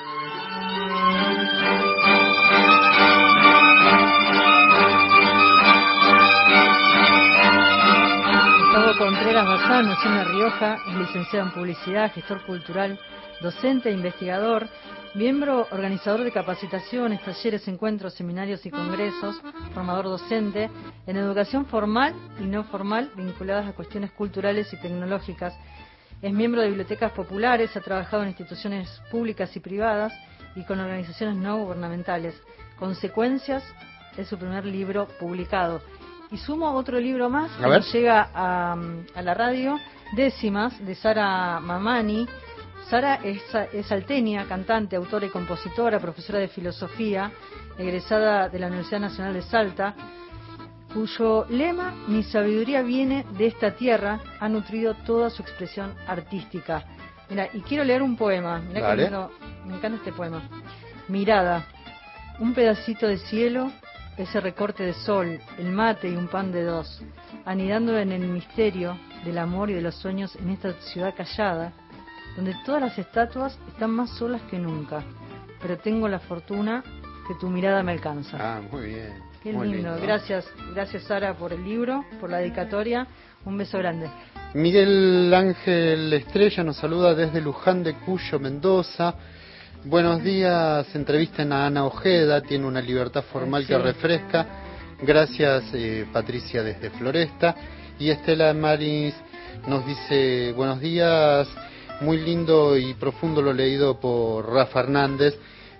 Speaker 2: Gustavo Contreras Bazán nació en La Rioja, es licenciado en publicidad, gestor cultural, docente e investigador, miembro organizador de capacitaciones, talleres, encuentros, seminarios y congresos, formador docente en educación formal y no formal vinculadas a cuestiones culturales y tecnológicas. Es miembro de bibliotecas populares, ha trabajado en instituciones públicas y privadas y con organizaciones no gubernamentales. Consecuencias es su primer libro publicado. Y sumo otro libro más que nos llega a, a la radio, Décimas, de Sara Mamani. Sara es, es salteña, cantante, autora y compositora, profesora de filosofía, egresada de la Universidad Nacional de Salta, cuyo lema, mi sabiduría viene de esta tierra, ha nutrido toda su expresión artística. Mira, y quiero leer un poema. Mirá que lindo, me encanta este poema. Mirada, un pedacito de cielo, ese recorte de sol, el mate y un pan de dos, anidando en el misterio del amor y de los sueños en esta ciudad callada, donde todas las estatuas están más solas que nunca, pero tengo la fortuna que tu mirada me alcanza.
Speaker 3: Ah, muy bien.
Speaker 2: Qué
Speaker 3: muy
Speaker 2: lindo.
Speaker 3: lindo.
Speaker 2: Gracias, gracias Sara por el libro, por la dedicatoria. Un beso grande.
Speaker 3: Miguel Ángel Estrella nos saluda desde Luján de Cuyo, Mendoza. Buenos días, entrevisten a Ana Ojeda, tiene una libertad formal sí. que refresca. Gracias, eh, Patricia desde Floresta. Y Estela Maris nos dice, buenos días, muy lindo y profundo lo leído por Rafa Hernández.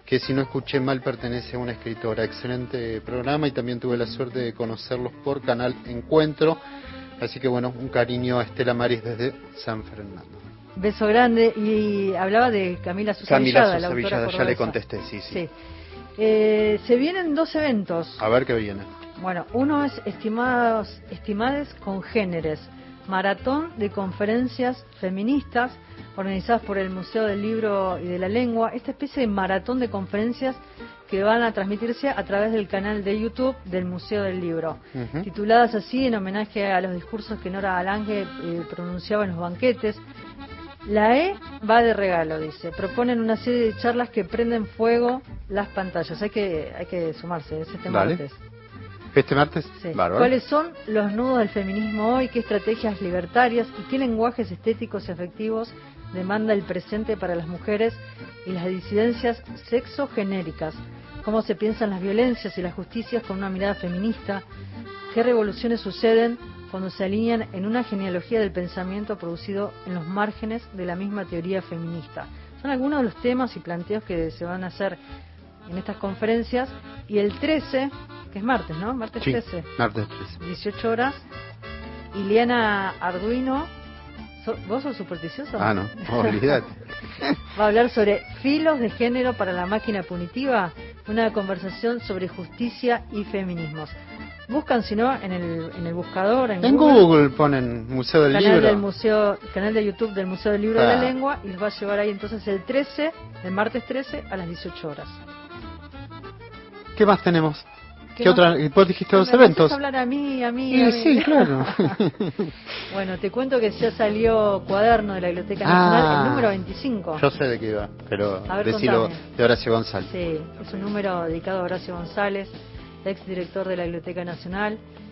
Speaker 3: que si no escuché mal pertenece a una escritora. Excelente programa y también tuve la suerte de conocerlos por Canal Encuentro. Así que bueno, un cariño a Estela Maris desde San Fernando.
Speaker 2: Beso grande. Y hablaba de Camila Sosa
Speaker 3: Camila
Speaker 2: Villada,
Speaker 3: Sosa
Speaker 2: la autora
Speaker 3: Villada, ya
Speaker 2: cordobesa.
Speaker 3: le contesté, sí, sí.
Speaker 2: Sí. Eh, se vienen dos eventos.
Speaker 3: A ver qué viene.
Speaker 2: Bueno, uno es estimados, estimades congéneres, maratón de conferencias feministas organizadas por el Museo del Libro y de la Lengua, esta especie de maratón de conferencias que van a transmitirse a través del canal de YouTube del Museo del Libro, uh-huh. tituladas así en homenaje a los discursos que Nora Alange eh, pronunciaba en los banquetes. La E va de regalo, dice. Proponen una serie de charlas que prenden fuego las pantallas. Hay que hay que sumarse, es este
Speaker 3: Vale.
Speaker 2: martes.
Speaker 3: ¿Este martes?
Speaker 2: Sí.
Speaker 3: Bárbaro.
Speaker 2: ¿Cuáles son los nudos del feminismo hoy? ¿Qué estrategias libertarias y qué lenguajes estéticos y afectivos demanda el presente para las mujeres y las disidencias sexogenéricas? ¿Cómo se piensan las violencias y las justicias con una mirada feminista? ¿Qué revoluciones suceden cuando se alinean en una genealogía del pensamiento producido en los márgenes de la misma teoría feminista? Son algunos de los temas y planteos que se van a hacer en estas conferencias. Y el trece, que es martes, ¿no? Martes
Speaker 3: sí,
Speaker 2: trece.
Speaker 3: Martes trece.
Speaker 2: dieciocho horas. Ileana Arduino. ¿So, ¿Vos sos supersticioso?
Speaker 3: Ah, no, olvídate.
Speaker 2: Va a hablar sobre filos de género para la máquina punitiva, una conversación sobre justicia y feminismos. Buscan, si no, en el, en el buscador, en,
Speaker 3: en
Speaker 2: Google,
Speaker 3: Google ponen Museo del
Speaker 2: canal
Speaker 3: Libro.
Speaker 2: Del museo, canal de YouTube del Museo del Libro
Speaker 3: ah.
Speaker 2: de la Lengua, y los va a llevar ahí entonces el trece, el martes trece a las dieciocho horas.
Speaker 3: ¿Qué más tenemos? ¿Qué, ¿Qué
Speaker 2: otra?
Speaker 3: Vos dijiste dos
Speaker 2: me
Speaker 3: eventos.
Speaker 2: Me hablar a mí, a mí,
Speaker 3: sí,
Speaker 2: a mí.
Speaker 3: Sí, claro.
Speaker 2: Bueno, te cuento que ya salió Cuaderno de la Biblioteca Nacional,
Speaker 3: ah,
Speaker 2: el número veinticinco.
Speaker 3: Yo sé de qué iba, pero
Speaker 2: ver,
Speaker 3: decilo
Speaker 2: contame.
Speaker 3: De Horacio González.
Speaker 2: Sí, es un número dedicado a Horacio González, ex director de la Biblioteca Nacional,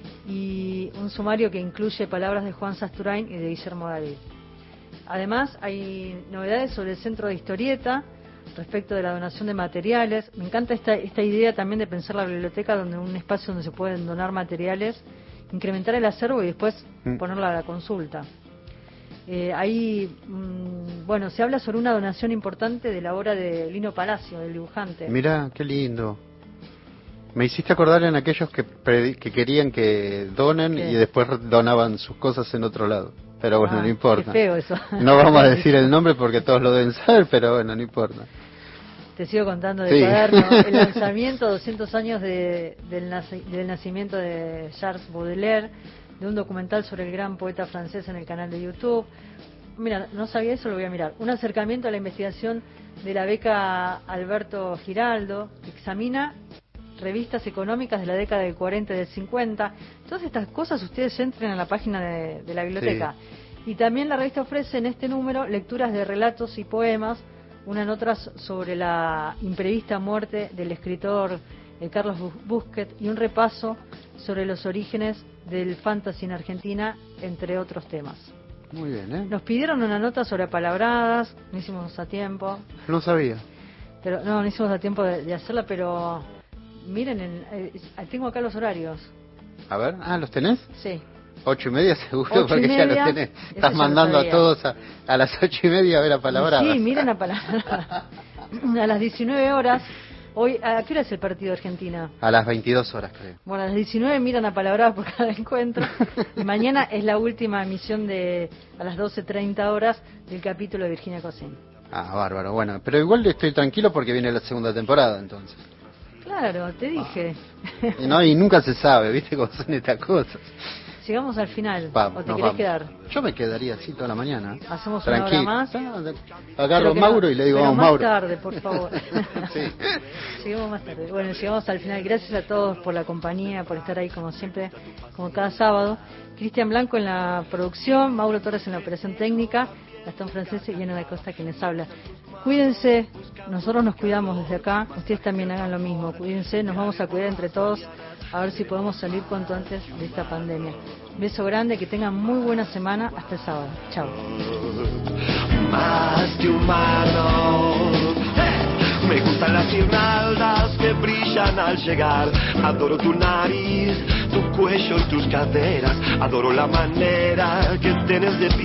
Speaker 2: y un sumario que incluye palabras de Juan Sasturain y de Guillermo David. Además, hay novedades sobre el Centro de Historieta, respecto de la donación de materiales. Me encanta esta, esta idea también de pensar la biblioteca donde un espacio donde se pueden donar materiales, incrementar el acervo y después mm. ponerla a la consulta. Eh, ahí, mmm, bueno, se habla sobre una donación importante de la obra de Lino Palacio, del dibujante.
Speaker 3: Mirá, qué lindo. Me hiciste acordar en aquellos que, que querían que donen ¿Qué? Y después donaban sus cosas en otro lado. Pero bueno,
Speaker 2: ah,
Speaker 3: no importa.
Speaker 2: Qué feo eso.
Speaker 3: No vamos a decir el nombre porque todos lo deben saber, pero bueno, no importa.
Speaker 2: Te sigo contando de
Speaker 3: sí.
Speaker 2: Cuaderno. El lanzamiento, doscientos años de, del, nac- del nacimiento de Charles Baudelaire, de un documental sobre el gran poeta francés en el canal de YouTube. Mira, no sabía eso, lo voy a mirar. Un acercamiento a la investigación de la beca Alberto Giraldo, que examina revistas económicas de la década del cuarenta y del cincuenta. Todas estas cosas ustedes entren a la página de, de la biblioteca. Sí. Y también la revista ofrece en este número lecturas de relatos y poemas, una en otras sobre la imprevista muerte del escritor eh, Carlos Busquet, y un repaso sobre los orígenes del fantasy en Argentina, entre otros temas.
Speaker 3: Muy bien, ¿eh?
Speaker 2: Nos pidieron una nota sobre palabradas, no hicimos a tiempo.
Speaker 3: No sabía.
Speaker 2: Pero no, no hicimos a tiempo de, de hacerla, pero miren, en, eh, tengo acá los horarios.
Speaker 3: A ver, ah, ¿los tenés?
Speaker 2: Sí.
Speaker 3: Ocho y media seguro,
Speaker 2: ocho
Speaker 3: porque
Speaker 2: media,
Speaker 3: ya los tenés. Estás mandando a todos a, a las ocho y media a ver a Palabradas.
Speaker 2: Sí, miren a Palabradas. A las diecinueve horas. Hoy, ¿a qué hora es el partido de Argentina?
Speaker 3: A las veintidós horas, creo.
Speaker 2: Bueno, a las diecinueve miran a Palabradas por cada encuentro. Y mañana es la última emisión de a las doce treinta horas del capítulo de Virginia Cosín.
Speaker 3: Ah, bárbaro. Bueno, pero igual estoy tranquilo porque viene la segunda temporada, entonces.
Speaker 2: Claro, te dije.
Speaker 3: Ah. Y no, y nunca se sabe, ¿viste cómo son estas cosas?
Speaker 2: Llegamos al final.
Speaker 3: Vamos,
Speaker 2: ¿O te
Speaker 3: nos
Speaker 2: querés
Speaker 3: vamos.
Speaker 2: quedar?
Speaker 3: Yo me quedaría así toda la mañana.
Speaker 2: Hacemos
Speaker 3: Tranquilo.
Speaker 2: una hora más.
Speaker 3: Agarro a Mauro
Speaker 2: no,
Speaker 3: y le digo,
Speaker 2: pero
Speaker 3: vamos,
Speaker 2: más
Speaker 3: Mauro.
Speaker 2: tarde, por favor.
Speaker 3: Sí.
Speaker 2: Llegamos más tarde. Bueno, llegamos al final. Gracias a todos por la compañía, por estar ahí como siempre, como cada sábado. Cristian Blanco en la producción, Mauro Torres en la operación técnica, Gastón Francese y Ana da Costa quienes habla. Cuídense, nosotros nos cuidamos desde acá, ustedes también hagan lo mismo, cuídense, nos vamos a cuidar entre todos, a ver si podemos salir cuanto antes de esta pandemia. Beso grande, que tengan muy buena semana, hasta el sábado. Chao.
Speaker 21: Más que humano, me gustan las guirnaldas que brillan al llegar, adoro tu nariz, tu cuello y tus caderas, adoro la manera que tienes de